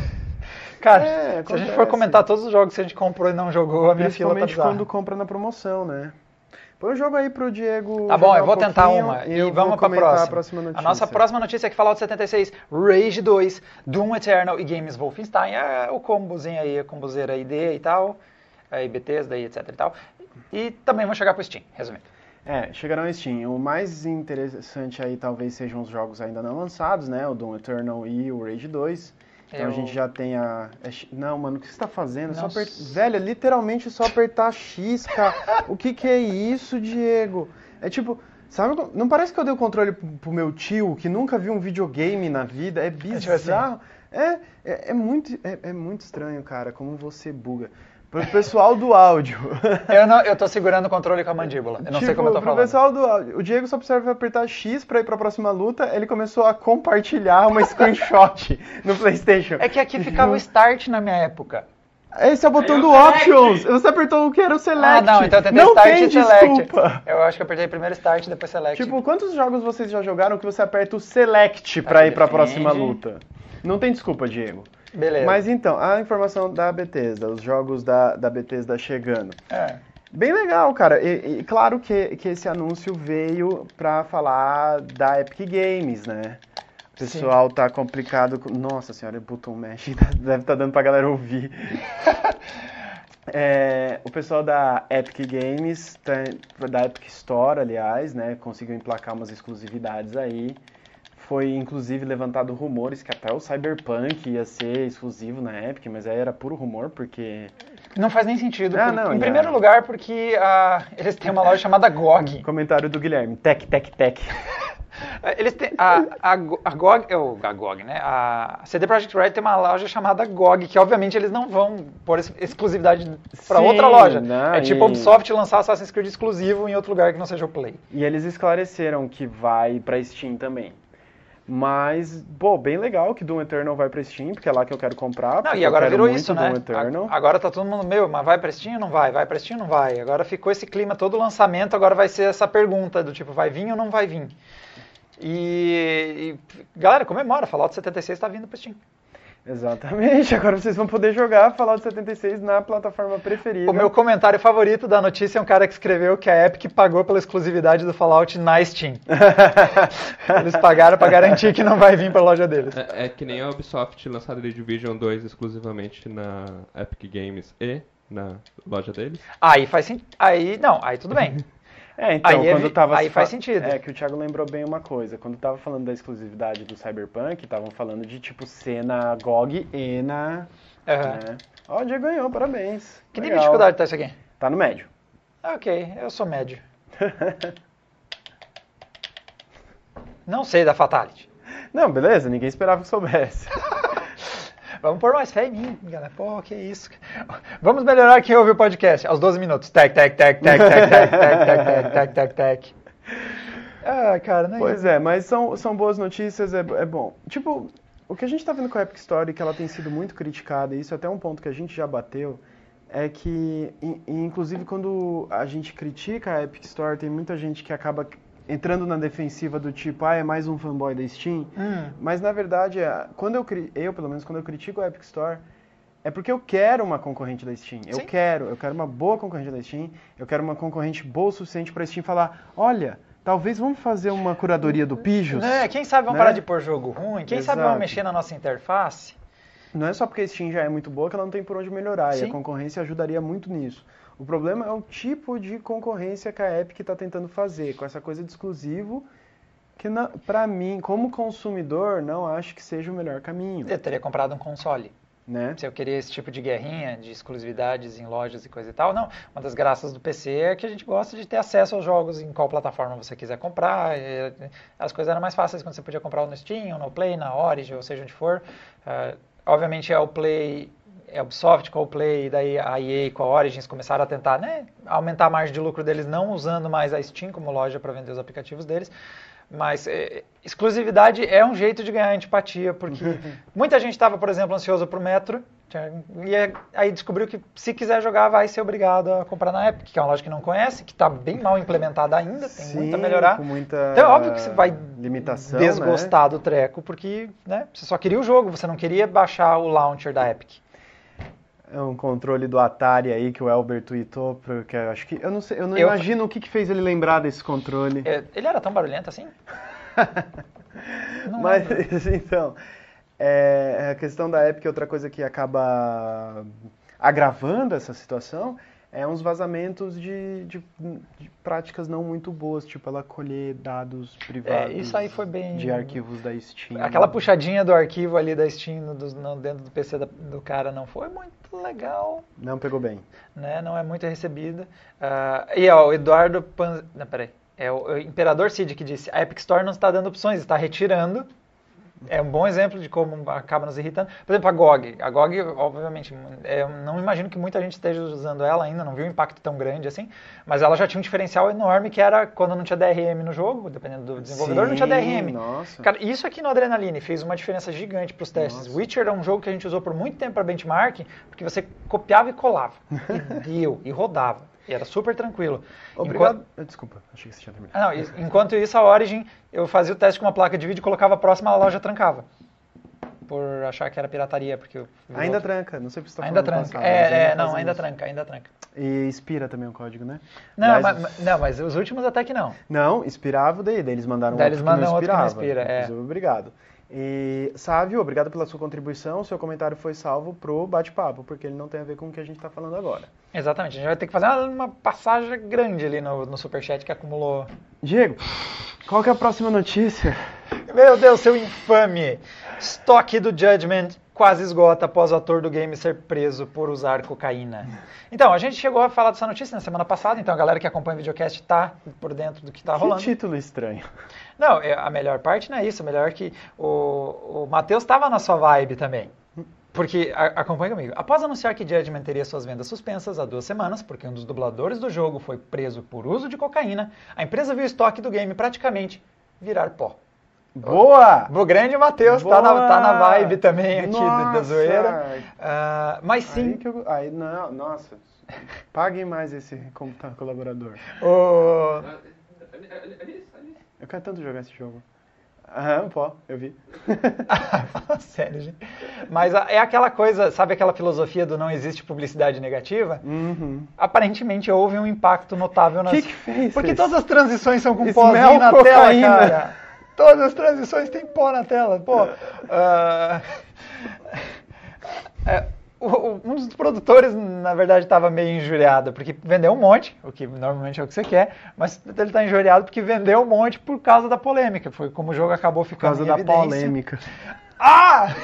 Cara, É, se a gente acontece. for comentar todos os jogos que a gente comprou e não jogou, a minha fila tá Principalmente bizarra. quando compra na promoção, né? Põe o jogo aí pro Diego. Tá bom, jogar eu vou um tentar pouquinho uma. E E eu vamos vou pra comentar próxima. a próxima notícia. A nossa próxima notícia é que Fallout setenta e seis, Rage dois, Doom Eternal e Games Wolfenstein. É o combozinho aí, a combozeira I D e tal. Aí Bethesda e etc e tal. E também vão chegar pro Steam, resumindo. É, chegarão ao Steam. O mais interessante aí talvez sejam os jogos ainda não lançados, né? O Doom Eternal e o Rage dois. Então Eu- a gente já tem a... é chi- Não, mano, o que você tá fazendo? É só Não aper... s- Velho, é literalmente só apertar X, cara. O que que é isso, Diego? É tipo, Sabe, não parece que eu dei o controle pro, pro meu tio, que nunca viu um videogame na vida? É bizarro. É, é, é, muito, é, é muito estranho, cara, como você buga. Pro pessoal do áudio. Eu, não, eu tô segurando o controle com a mandíbula. Eu não tipo, sei como eu tô pro falando. pessoal do áudio. O Diego só precisava apertar X pra ir pra próxima luta, ele começou a compartilhar uma screenshot no PlayStation. É que aqui ficava o Start na minha época. Esse é o botão É do o Select. Options. Você apertou o que era o Select. Ah, não, então eu tentei não Start tem e Select. desculpa. Eu acho que eu apertei primeiro Start, depois Select. Tipo, quantos jogos vocês já jogaram que você aperta o Select pra Aí ir pra defende. próxima luta? Não tem desculpa, Diego. Beleza. Mas então, a informação da Bethesda, os jogos da, da Bethesda chegando. É. Bem legal, cara. E, e claro que, que esse anúncio veio pra falar da Epic Games, né? O pessoal Sim. tá complicado. Com... Nossa senhora, o botão mesh deve estar dando pra galera ouvir. É, o pessoal da Epic Games, tá, da Epic Store, aliás, né, conseguiu emplacar umas exclusividades aí. Foi, inclusive, levantado rumores que até o Cyberpunk ia ser exclusivo na Epic, mas aí era puro rumor, porque... Não faz nem sentido. Ah, por... não, em já. primeiro lugar, porque uh, eles têm uma loja chamada G O G. Comentário do Guilherme. Tech, tech, tech. Eles têm... A, a, a G O G... Oh, a G O G, né? A C D Projekt Red tem uma loja chamada G O G, que obviamente eles não vão pôr exclusividade para outra loja. Não, é tipo e... a Ubisoft lançar Assassin's Creed exclusivo em outro lugar que não seja o Play. E eles esclareceram que vai pra Steam também. Mas, pô, bem legal que Doom Eternal vai pra Steam, porque é lá que eu quero comprar. Não, e agora virou isso, Doom né? Eternal. Agora tá todo mundo, meu, mas vai pra Steam ou não vai? Vai pra Steam ou não vai? Agora ficou esse clima, todo lançamento agora vai ser essa pergunta do tipo, vai vir ou não vai vir? E, e galera, comemora, Fallout setenta e seis tá vindo pra Steam. Exatamente, agora vocês vão poder jogar Fallout setenta e seis na plataforma preferida. O meu comentário favorito da notícia é um cara que escreveu que a Epic pagou pela exclusividade do Fallout na Steam. Eles pagaram pra garantir que não vai vir pra loja deles. É, é que nem a Ubisoft lançar The Division dois exclusivamente na Epic Games e na loja deles. Aí faz sentido. Aí, não, aí tudo bem. É, então, aí quando é, tava... aí faz sentido. É, que o Thiago lembrou bem uma coisa. Quando tava falando da exclusividade do Cyberpunk, estavam falando de, tipo, ser na G O G e na... Uhum. Né? Ó, o Diego ganhou, parabéns. Que Legal. nível de dificuldade tá isso aqui? Tá no médio. Ok, eu sou médio. Não sei da Fatality. Não, beleza, ninguém esperava que soubesse. Vamos pôr mais fé em mim, galera. Pô, que isso. Vamos melhorar quem ouve o podcast. Aos doze minutos. Tec, tec, tec, tec, tec, tec, tec, tec, tec, tec, tec. Ah, cara, não é Pois isso. é, mas são, são boas notícias, é, é bom. Tipo, o que a gente tá vendo com a Epic Store, que ela tem sido muito criticada, e isso é até um ponto que a gente já bateu, é que, e, e inclusive, quando a gente critica a Epic Store, tem muita gente que acaba entrando na defensiva do tipo, ah, é mais um fanboy da Steam. Hum. Mas, na verdade, é, quando eu, eu, pelo menos, quando eu critico a Epic Store, é porque eu quero uma concorrente da Steam. Eu Sim. quero, eu quero uma boa concorrente da Steam, eu quero uma concorrente boa o suficiente para a Steam falar, olha, talvez vamos fazer uma curadoria do Pijos. Né? Quem sabe vamos né? parar de pôr jogo ruim, quem Exato. sabe vamos mexer na nossa interface. Não é só porque a Steam já é muito boa que ela não tem por onde melhorar, Sim. e a concorrência ajudaria muito nisso. O problema é o tipo de concorrência que a Epic está tentando fazer, com essa coisa de exclusivo, que na, pra mim, como consumidor, não acho que seja o melhor caminho. Eu teria comprado um console. Né? Se eu queria esse tipo de guerrinha, de exclusividades em lojas e coisa e tal, não. Uma das graças do P C é que a gente gosta de ter acesso aos jogos em qual plataforma você quiser comprar. E as coisas eram mais fáceis quando você podia comprar no Steam, ou no Play, na Origin, ou seja onde for. Uh, obviamente é o Play, é a Ubisoft com o Play, e daí a E A com a Origins começaram a tentar, né, aumentar a margem de lucro deles, não usando mais a Steam como loja para vender os aplicativos deles. Mas é, exclusividade é um jeito de ganhar antipatia, porque muita gente estava, por exemplo, ansioso para o Metro, e aí descobriu que se quiser jogar vai ser obrigado a comprar na Epic, que é uma loja que não conhece, que está bem mal implementada ainda, tem Sim, muito a melhorar. Com muita então é óbvio que você vai limitação, desgostar né? do treco, porque né, você só queria o jogo, você não queria baixar o launcher da Epic. É um controle do Atari aí que o Elber tweetou, porque eu acho que eu não sei, eu não Eu- imagino o que, que fez ele lembrar desse controle. É, ele era tão barulhento assim? Não Mas lembro. então, é, a questão da Epic, outra coisa que acaba agravando essa situação, é uns vazamentos de, de, de práticas não muito boas, tipo ela colher dados privados É, isso aí foi bem- de arquivos da Steam. Aquela puxadinha do arquivo ali da Steam no, do- no- dentro do P C da- do cara não foi muito legal, Não pegou bem. né? Não é muito recebida. Ah, e ó, o Eduardo Pan... Não, peraí. É o, o Imperador Cid que disse, a Epic Store não está dando opções, está retirando. É um bom exemplo de como acaba nos irritando. Por exemplo, a G O G. A G O G, obviamente, eu não imagino que muita gente esteja usando ela ainda, não viu um impacto tão grande assim, mas ela já tinha um diferencial enorme que era quando não tinha D R M no jogo, dependendo do desenvolvedor, Sim, não tinha D R M. Nossa. Cara, isso aqui no Adrenaline fez uma diferença gigante para os testes. Nossa. Witcher é um jogo que a gente usou por muito tempo para benchmark, porque você copiava e colava, e deu, e rodava. E era super tranquilo. Obrigado. Enquanto... Desculpa, achei que você tinha terminado. Ah, não, enquanto isso, a Origin, eu fazia o teste com uma placa de vídeo, colocava próxima, a loja trancava. Por achar que era pirataria, porque... Eu ainda outro... tranca, não sei se você está ainda falando tranca. passado, é, é não, ainda ainda isso. tranca, ainda tranca. E expira também o código, né? Não, mas... Mas, não, mas os últimos até que não. Não, expirava daí, daí eles mandaram daí outro eles mandam que não expirava. outro que não expira, é. Obrigado. E, Sávio, obrigado pela sua contribuição. O seu comentário foi salvo pro bate-papo, porque ele não tem a ver com o que a gente está falando agora. Exatamente. A gente vai ter que fazer uma, uma passagem grande ali no, no Superchat que acumulou. Diego, qual que é a próxima notícia? Meu Deus, seu infame! Estoque do Judgment quase esgota após o ator do game ser preso por usar cocaína. Então, a gente chegou a falar dessa notícia na semana passada, então a galera que acompanha o videocast tá por dentro do que tá rolando. Que título estranho. Não, a melhor parte não é isso, a melhor é que o, o Matheus estava na sua vibe também. Porque, a, acompanha comigo, após anunciar que Judgment teria suas vendas suspensas há duas semanas, porque um dos dubladores do jogo foi preso por uso de cocaína, a empresa viu o estoque do game praticamente virar pó. Boa! O grande Matheus tá na, tá na vibe também aqui nossa. da zoeira. Uh, mas sim... Aí que eu, aí, não, nossa, paguem mais esse colaborador. O... Eu quero tanto jogar esse jogo. Aham, pô, eu vi. Fala sério, gente. Mas é aquela coisa, sabe aquela filosofia do não existe publicidade negativa? Uhum. Aparentemente houve um impacto notável nas... O que que fez? Porque esse? todas as transições são com Smell pózinho na cocaína. tela, cara. Todas as transições têm pó na tela. Pô, uh... é, o, o, um dos produtores, na verdade, estava meio injuriado, porque vendeu um monte, o que normalmente é o que você quer, mas ele está injuriado porque vendeu um monte por causa da polêmica. Foi como o jogo acabou ficando Por causa em da evidência. polêmica. Ah!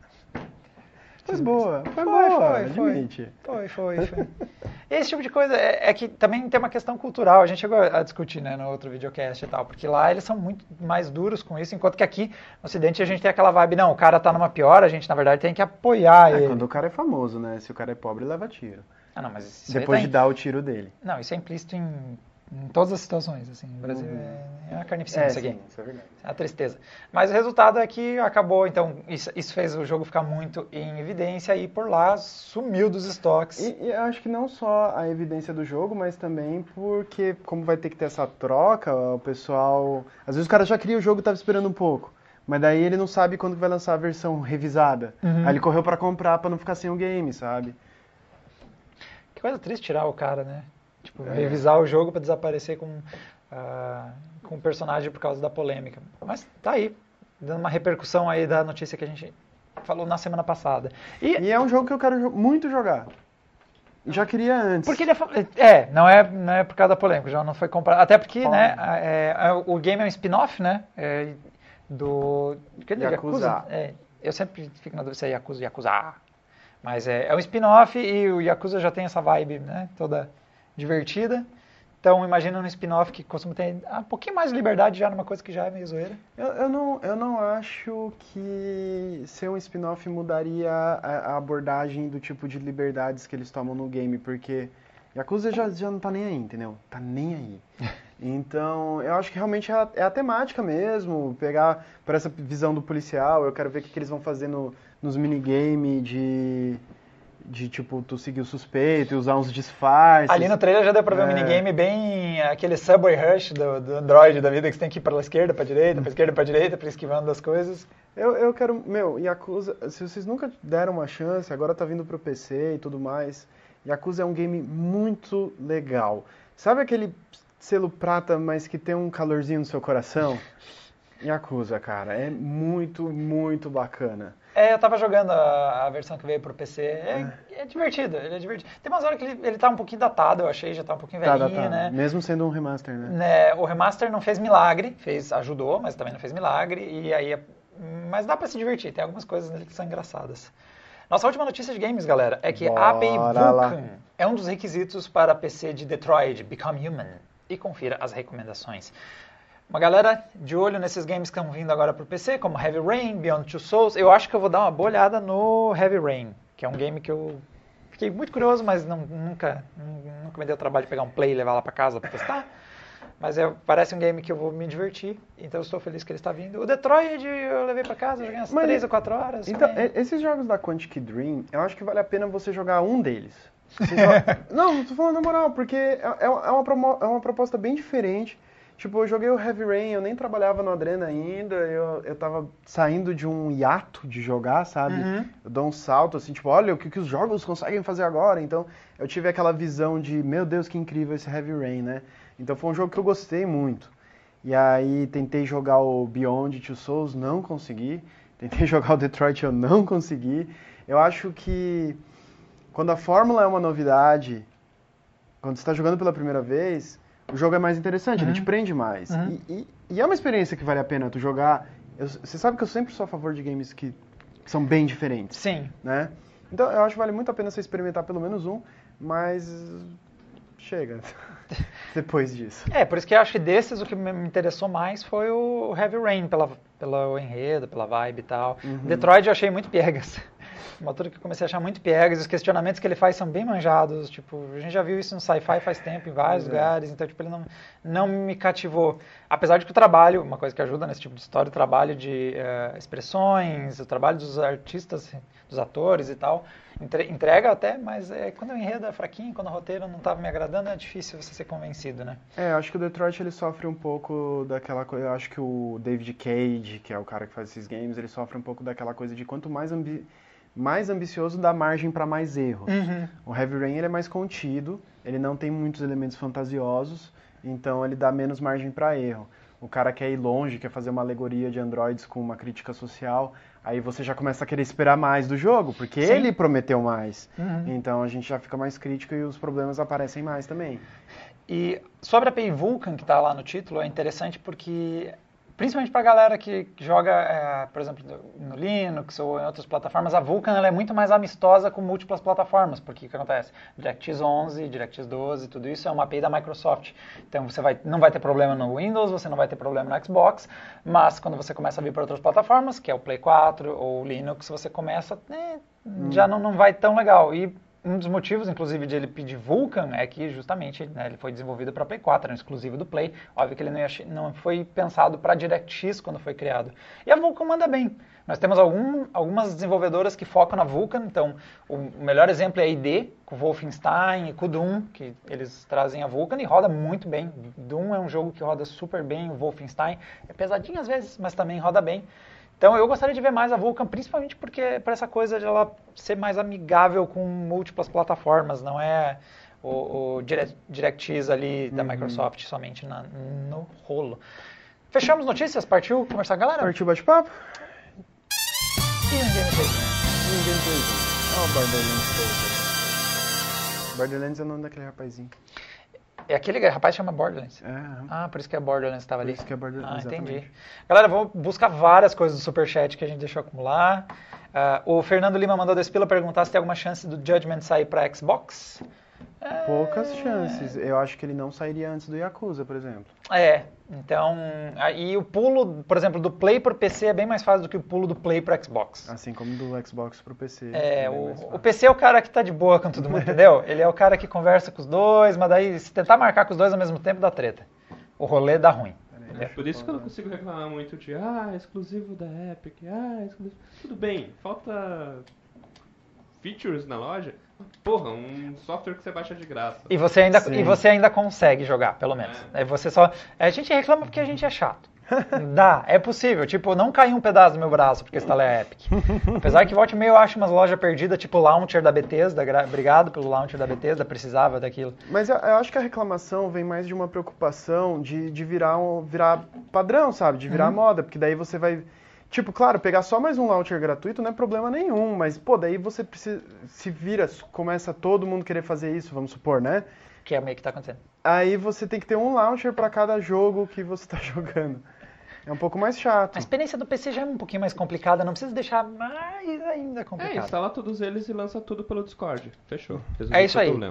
Foi boa, foi, Foi, boa, foi, foi. admite. Foi, foi, foi. Esse tipo de coisa é, é que também tem uma questão cultural. A gente chegou a discutir, né, no outro videocast e tal, porque lá eles são muito mais duros com isso, enquanto que aqui no Ocidente a gente tem aquela vibe, não, o cara tá numa pior, a gente na verdade tem que apoiar É, ele. quando o cara é famoso, né? Se o cara é pobre, leva tiro. Ah, não, mas isso Depois aí de tá dar o tiro dele. em... Não, isso é implícito em, em todas as situações, assim. No Brasil Uhum. é, é uma carnificina É, isso aqui. sim, isso é verdade. É uma tristeza. Mas o resultado é que acabou, então, isso, isso fez o jogo ficar muito em evidência e por lá sumiu dos estoques. E, e eu acho que não só a evidência do jogo, mas também porque, como vai ter que ter essa troca, o pessoal... Às vezes o cara já cria o jogo e tava esperando um pouco. Mas daí ele não sabe quando vai lançar a versão revisada. Uhum. Aí ele correu pra comprar pra não ficar sem o game, sabe? Que coisa triste tirar o cara, né? Tipo, É. revisar o jogo pra desaparecer com, uh, com o personagem por causa da polêmica. Mas tá aí, dando uma repercussão aí da notícia que a gente falou na semana passada. E, E é um jogo que eu quero jo- muito jogar. Já queria antes. porque ele é, fa- é, não é, não é por causa da polêmica, já não foi comprado. Até porque, Fala. né, é, é, o game é um spin-off, né, é, do... Que é, Yakuza. É, eu sempre fico na dúvida se é Yakuza, Yakuza. Mas é, é um spin-off e o Yakuza já tem essa vibe, né, toda divertida. Então, imagina um spin-off que costuma ter um pouquinho mais de liberdade já numa coisa que já é meio zoeira. Eu, eu, não, eu não acho que ser um spin-off mudaria a, a abordagem do tipo de liberdades que eles tomam no game, porque Yakuza já, já não tá nem aí, entendeu? Tá nem aí. Então, eu acho que realmente é a, é a temática mesmo, pegar por essa visão do policial, eu quero ver o que, que eles vão fazer no, nos minigames de... De, tipo, tu seguir o suspeito e usar uns disfarces. Ali no trailer já deu pra ver É. um minigame bem aquele Subway Rush do, do Android da vida, que você tem que ir pra esquerda, pra direita, pra esquerda, pra direita, pra ir esquivando das coisas. Eu, eu quero... Meu, Yakuza... Se vocês nunca deram uma chance, agora tá vindo pro P C e tudo mais, Yakuza é um game muito legal. Sabe aquele selo prata, mas que tem um calorzinho no seu coração? Yakuza, cara, é muito, muito bacana. É, eu tava jogando a, a versão que veio pro P C, é, é divertido, ele é divertido. Tem umas horas que ele, ele tá um pouquinho datado, eu achei, já tá um pouquinho Tá, velhinho, tá, tá. né? Mesmo sendo um remaster, né? Né, o remaster não fez milagre, fez, ajudou, mas também não fez milagre, e aí, mas dá pra se divertir, tem algumas coisas nele que são engraçadas. Nossa última notícia de games, galera, é que a API Bora lá. Vulkan é um dos requisitos para P C de Detroit, Become Human. e confira as recomendações. Uma galera de olho nesses games que estão vindo agora para o P C, como Heavy Rain, Beyond Two Souls. Eu acho que eu vou dar uma boa olhada no Heavy Rain, que é um game que eu fiquei muito curioso, mas não, nunca, nunca me deu trabalho de pegar um play e levar lá para casa para testar. Mas é, parece um game que eu vou me divertir, então eu estou feliz que ele está vindo. O Detroit eu levei para casa, joguei umas Mas, três ou quatro horas. Então, também. esses jogos da Quantic Dream, eu acho que vale a pena você jogar um deles. Você só... Não, tô falando na moral, porque é, é, uma, promo... é uma proposta bem diferente. Tipo, eu joguei o Heavy Rain, eu nem trabalhava no Adrena ainda, eu, eu tava saindo de um hiato de jogar, sabe? Uhum. Eu dou um salto, assim, tipo, olha o que, que os jogos conseguem fazer agora. Então, eu tive aquela visão de, meu Deus, que incrível esse Heavy Rain, né? Então, foi um jogo que eu gostei muito. E aí, tentei jogar o Beyond Two Souls, não consegui. Tentei jogar o Detroit, eu não consegui. Eu acho que quando a fórmula é uma novidade, quando você está jogando pela primeira vez, o jogo é mais interessante, uhum. ele te prende mais. Uhum. E, e, e é uma experiência que vale a pena tu jogar. Eu, você sabe que eu sempre sou a favor de games que, que são bem diferentes. Sim. Né? Então eu acho que vale muito a pena você experimentar pelo menos um, mas chega depois disso. É, por isso que eu acho que desses o que me interessou mais foi o Heavy Rain, pela, pelo enredo, pela vibe e tal. Uhum. Detroit eu achei muito piegas. Uma altura que eu comecei a achar muito piegas, os questionamentos que ele faz são bem manjados, tipo, a gente já viu isso no sci-fi faz tempo, em vários é. lugares, então, tipo, ele não, não me cativou. Apesar de que o trabalho, uma coisa que ajuda nesse tipo de história, o trabalho de uh, expressões, o trabalho dos artistas, dos atores e tal, entre, entrega até, mas é, quando o enredo é fraquinho, quando o roteiro não estava me agradando, é difícil você ser convencido, né? É, eu acho que o Detroit, ele sofre um pouco daquela coisa, eu acho que o David Cage, que é o cara que faz esses games, ele sofre um pouco daquela coisa de quanto mais ambi... mais ambicioso dá margem para mais erros. Uhum. O Heavy Rain ele é mais contido, ele não tem muitos elementos fantasiosos, então ele dá menos margem para erro. O cara quer ir longe, quer fazer uma alegoria de androids com uma crítica social, aí você já começa a querer esperar mais do jogo, porque Sim. ele prometeu mais. Uhum. Então a gente já fica mais crítico e os problemas aparecem mais também. E sobre a A P I Vulkan, que está lá no título, é interessante porque... Principalmente para a galera que joga, é, por exemplo, no Linux ou em outras plataformas, a Vulkan ela é muito mais amistosa com múltiplas plataformas, porque o que acontece? DirectX onze, DirectX doze, tudo isso é uma A P I da Microsoft. Então você vai, não vai ter problema no Windows, você não vai ter problema no Xbox, mas quando você começa a vir para outras plataformas, que é o Play quatro ou o Linux, você começa, é, hum. já não, não vai tão legal. E um dos motivos, inclusive, de ele pedir Vulkan é que, justamente, né, ele foi desenvolvido para Play quatro, era um exclusivo do Play. Óbvio que ele não, ia, não foi pensado para DirectX quando foi criado. E a Vulkan manda bem. Nós temos algum, algumas desenvolvedoras que focam na Vulkan. Então, o melhor exemplo é a I D, com Wolfenstein e com o Doom, que eles trazem a Vulkan e roda muito bem. Doom é um jogo que roda super bem, o Wolfenstein é pesadinho às vezes, mas também roda bem. Então eu gostaria de ver mais a Vulkan, principalmente porque para essa coisa de ela ser mais amigável com múltiplas plataformas, não é o, o Direct, DirectX ali da uhum. Microsoft somente na, no rolo. Fechamos notícias? Partiu conversar com a galera? Partiu bate-papo? E um gameplay? E um gameplay? Olha o Borderlands. Borderlands é o nome daquele rapazinho. É aquele rapaz que chama Borderlands? É. Ah, por isso que é Borderlands que estava ali. Por isso que é Borderlands, Ah, entendi. exatamente. Galera, vou buscar várias coisas do Superchat que a gente deixou acumular. Uh, o Fernando Lima mandou dois pila perguntar se tem alguma chance do Judgment sair para Xbox. Poucas é... chances. Eu acho que ele não sairia antes do Yakuza, por exemplo. É, então... E o pulo, por exemplo, do Play para o P C é bem mais fácil do que o pulo do Play para Xbox. Assim como do Xbox para o P C. É, o, o P C é o cara que tá de boa com todo mundo, entendeu? Ele é o cara que conversa com os dois, mas daí se tentar marcar com os dois ao mesmo tempo dá treta. O rolê dá ruim. É por isso que eu não consigo reclamar muito de ah, exclusivo da Epic, ah, exclusivo... Tudo bem, falta features na loja. Porra, um software que você baixa de graça. E você ainda, e você ainda consegue jogar, pelo menos. É. Aí você só... A gente reclama porque a gente é chato. Dá, é possível. Tipo, não caiu um pedaço do meu braço porque instalei a Epic. Apesar que volta e meia eu acho umas lojas perdidas, tipo o Launcher da Bethesda. Obrigado pelo Launcher da Bethesda, precisava daquilo. Mas eu, eu acho que a reclamação vem mais de uma preocupação de, de virar, um, virar padrão, sabe? De virar uhum. moda, porque daí você vai... Tipo, claro, pegar só mais um launcher gratuito não é problema nenhum, mas, pô, daí você precisa, se vira, começa todo mundo querer fazer isso, vamos supor, né? Que é meio que tá acontecendo. Aí você tem que ter um launcher para cada jogo que você tá jogando. É um pouco mais chato. A experiência do P C já é um pouquinho mais complicada, não precisa deixar mais ainda complicado. É, instala todos eles e lança tudo pelo Discord. Fechou. É isso aí. Problema.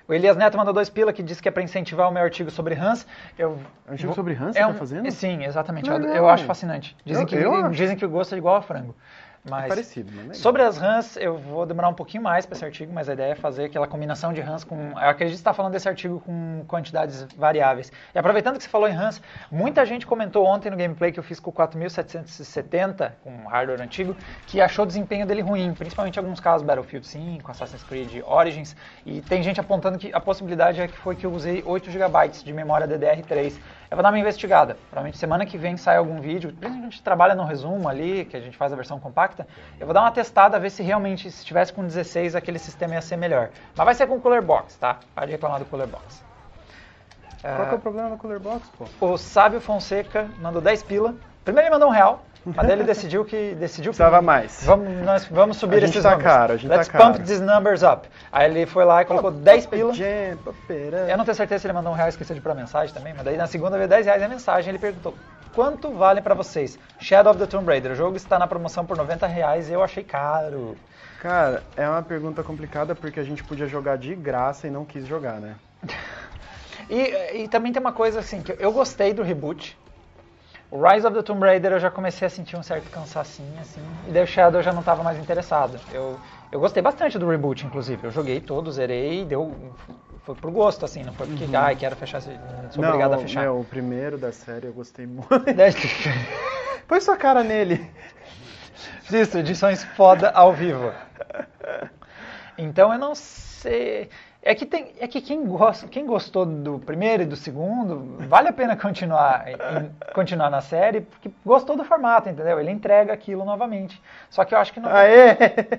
O Elias Neto mandou dois pila que disse que é para incentivar o meu artigo sobre Hans. Eu Artigo vou- sobre Hans é você um- tá fazendo? Sim, exatamente. Eu, Legal. eu acho fascinante. Dizem, Eu- que, eu acho. dizem que o gosto é igual a frango. Mas É parecido, mas legal. sobre as Hans, eu vou demorar um pouquinho mais para esse artigo, mas a ideia é fazer aquela combinação de Hans com... Eu acredito que você está falando desse artigo com quantidades variáveis. E aproveitando que você falou em Hans, muita gente comentou ontem no gameplay que eu fiz com o quatro mil setecentos e setenta, com um hardware antigo, que achou o desempenho dele ruim, principalmente em alguns casos Battlefield cinco, Assassin's Creed Origins, e tem gente apontando que a possibilidade é que foi que eu usei oito gigabytes de memória D D R três. Eu vou dar uma investigada. Provavelmente semana que vem sai algum vídeo, principalmente a gente trabalha no resumo ali, que a gente faz a versão compacta. Eu vou dar uma testada, ver se realmente, se tivesse com dezesseis, aquele sistema ia ser melhor. Mas vai ser com Cooler Box, tá? Pode reclamar do Cooler Box. Qual que é o problema no Cooler Box, pô? O Sábio Fonseca mandou dez pila. Primeiro ele mandou um real, mas daí ele decidiu que... decidiu que Precisava mais. Vamos, nós vamos subir A gente esses tá números. caro, a gente tá Let's caro. pump these numbers up. Aí ele foi lá e colocou dez pila. Jam, papeira. Eu não tenho certeza se ele mandou um real e esqueceu de pôr a mensagem também, mas daí na segunda veio dez reais a mensagem ele perguntou: quanto vale pra vocês Shadow of the Tomb Raider? O jogo está na promoção por noventa reais e eu achei caro. Cara, é uma pergunta complicada porque a gente podia jogar de graça e não quis jogar, né? E, e também tem uma coisa assim, que eu gostei do reboot. O Rise of the Tomb Raider eu já comecei a sentir um certo cansacinho, assim, e daí o Shadow eu já não estava mais interessado. Eu, eu gostei bastante do reboot, inclusive. Eu joguei todo, zerei, deu, foi pro gosto, assim, não foi porque, Uhum. ai, quero fechar, sou não, obrigado a fechar. Meu, o primeiro da série eu gostei muito. Daí- Põe sua cara nele. Isso, edições foda ao vivo. Então eu não sei. É que, tem, é que quem, gosta, quem gostou do primeiro e do segundo, vale a pena continuar, em- continuar na série, porque gostou do formato, entendeu? Ele entrega aquilo novamente. Só que eu acho que não. Aê!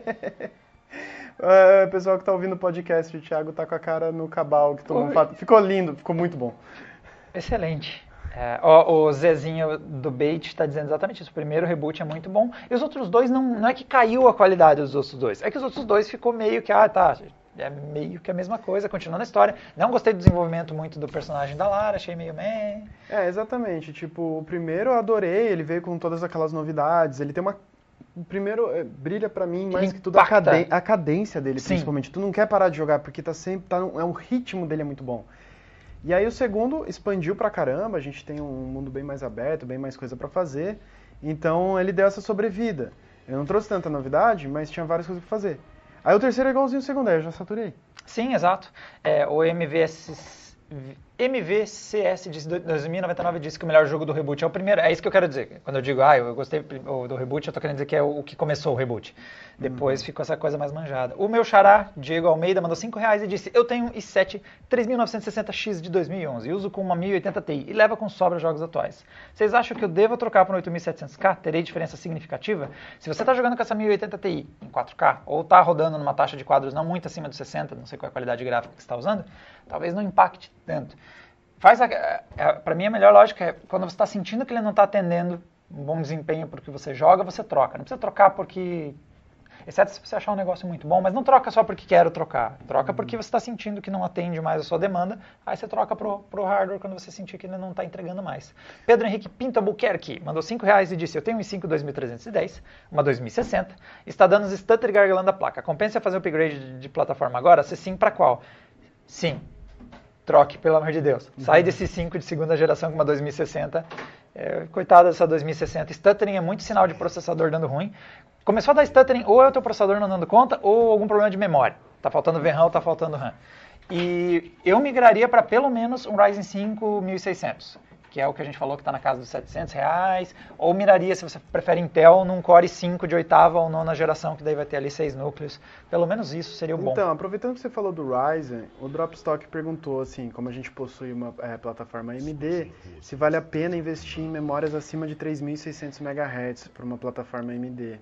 É, pessoal que tá ouvindo o podcast, o Thiago tá com a cara no cabal, que todo mundo Oi. fala. Ficou lindo, ficou muito bom. Excelente. É, ó, o Zezinho do Bait está dizendo exatamente isso. O primeiro reboot é muito bom. E os outros dois, não, não é que caiu a qualidade dos outros dois. É que os outros dois ficou meio que, ah, tá, é meio que a mesma coisa, continuando a história. Não gostei do desenvolvimento muito do personagem da Lara, achei meio meh. É, exatamente. Tipo, o primeiro eu adorei, ele veio com todas aquelas novidades, ele tem uma... O primeiro é, brilha pra mim mais Ele que tudo a, impacta. caden- a cadência dele, Sim. principalmente. Tu não quer parar de jogar, porque tá sempre... Tá, num- é, o ritmo dele é muito bom. E aí o segundo expandiu pra caramba, a gente tem um mundo bem mais aberto, bem mais coisa pra fazer. Então ele deu essa sobrevida. Ele não trouxe tanta novidade, mas tinha várias coisas pra fazer. Aí o terceiro é igualzinho ao segundo, aí eu já saturei. Sim, exato. É, o M V S, M V C S de dois mil e noventa e nove disse que o melhor jogo do reboot é o primeiro. É isso que eu quero dizer. Quando eu digo, ah, eu gostei do reboot, eu tô querendo dizer que é o que começou o reboot. Depois Uhum. ficou essa coisa mais manjada. O meu xará, Diego Almeida, mandou cinco reais e disse: eu tenho um i sete três mil novecentos e sessenta X de dois mil e onze e uso com uma mil e oitenta Ti e leva com sobra jogos atuais. Vocês acham que eu devo trocar para um oito mil e setecentos K? Terei diferença significativa? Se você está jogando com essa mil e oitenta Ti em quatro K ou está rodando numa taxa de quadros não muito acima dos sessenta, não sei qual é a qualidade gráfica que você está usando, talvez não impacte tanto. Faz a, a, para mim a melhor lógica é quando você está sentindo que ele não está atendendo um bom desempenho porque você joga, você troca. Não precisa trocar porque... Exceto se você achar um negócio muito bom, mas não troca só porque quero trocar. Troca porque você está sentindo que não atende mais a sua demanda, aí você troca pro, pro hardware quando você sentir que ele não está entregando mais. Pedro Henrique Pinto Albuquerque mandou cinco reais e disse: eu tenho um i cinco dois mil trezentos e dez, uma dois mil e sessenta, está dando os stutter e gargalando a placa. Compensa fazer um upgrade de, de plataforma agora? Se sim, para qual? Sim. Troque, pelo amor de Deus. Sai desse cinco de segunda geração com uma dois mil e sessenta. É, coitada dessa dois mil e sessenta. Stuttering é muito sinal de processador dando ruim. Começou a dar stuttering, ou é o teu processador não dando conta, ou algum problema de memória. Tá faltando V RAM ou tá faltando RAM. E eu migraria para pelo menos um Ryzen cinco mil e seiscentos, que é o que a gente falou que está na casa dos setecentos reais. Ou miraria, se você prefere Intel, num Core i cinco de oitava ou nona geração, que daí vai ter ali seis núcleos. Pelo menos isso seria o bom. Então, aproveitando que você falou do Ryzen, o Dropstock perguntou, assim, como a gente possui uma é, plataforma A M D, se vale a pena investir em memórias acima de três mil e seiscentos megahertz para uma plataforma A M D.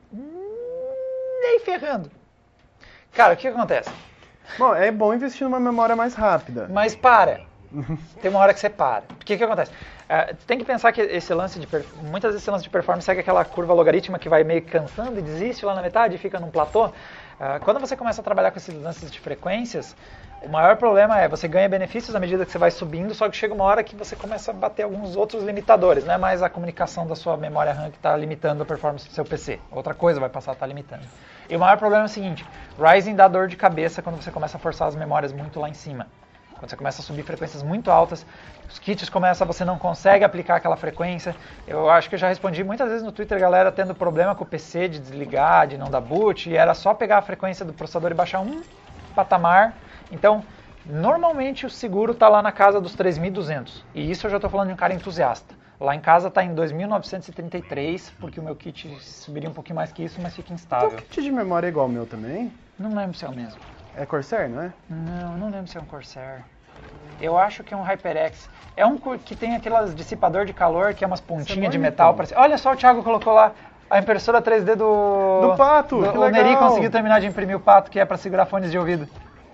Nem ferrando. Cara, o que acontece? Bom, é bom investir numa memória mais rápida. Mas para. Tem uma hora que você para. O que que acontece? Uh, tem que pensar que esse lance de... Perf... Muitas vezes esse lance de performance segue aquela curva logarítmica que vai meio cansando e desiste lá na metade e fica num platô. Uh, quando você começa a trabalhar com esses lances de frequências, o maior problema é você ganha benefícios à medida que você vai subindo, só que chega uma hora que você começa a bater alguns outros limitadores. Não é mais a comunicação da sua memória RAM que está limitando a performance do seu P C. Outra coisa vai passar a estar limitando. E o maior problema é o seguinte, Ryzen dá dor de cabeça quando você começa a forçar as memórias muito lá em cima. Quando você começa a subir frequências muito altas, os kits começam, você não consegue aplicar aquela frequência. Eu acho que eu já respondi muitas vezes no Twitter, galera tendo problema com o P C de desligar, de não dar boot, e era só pegar a frequência do processador e baixar um patamar. Então, normalmente o seguro está lá na casa dos três mil e duzentos. E isso eu já estou falando de um cara entusiasta. Lá em casa está em dois mil novecentos e trinta e três, porque o meu kit subiria um pouquinho mais que isso, mas fica instável. O kit de memória é igual ao meu também? Não lembro se é o mesmo. É Corsair, não é? Não, não lembro se é um Corsair. Eu acho que é um HyperX. É um que tem aquelas dissipador de calor, que é umas pontinhas de metal. Pra... Olha só, o Thiago colocou lá a impressora três D do... Do Pato, do... que O legal. Neri conseguiu terminar de imprimir o Pato, que é para segurar fones de ouvido.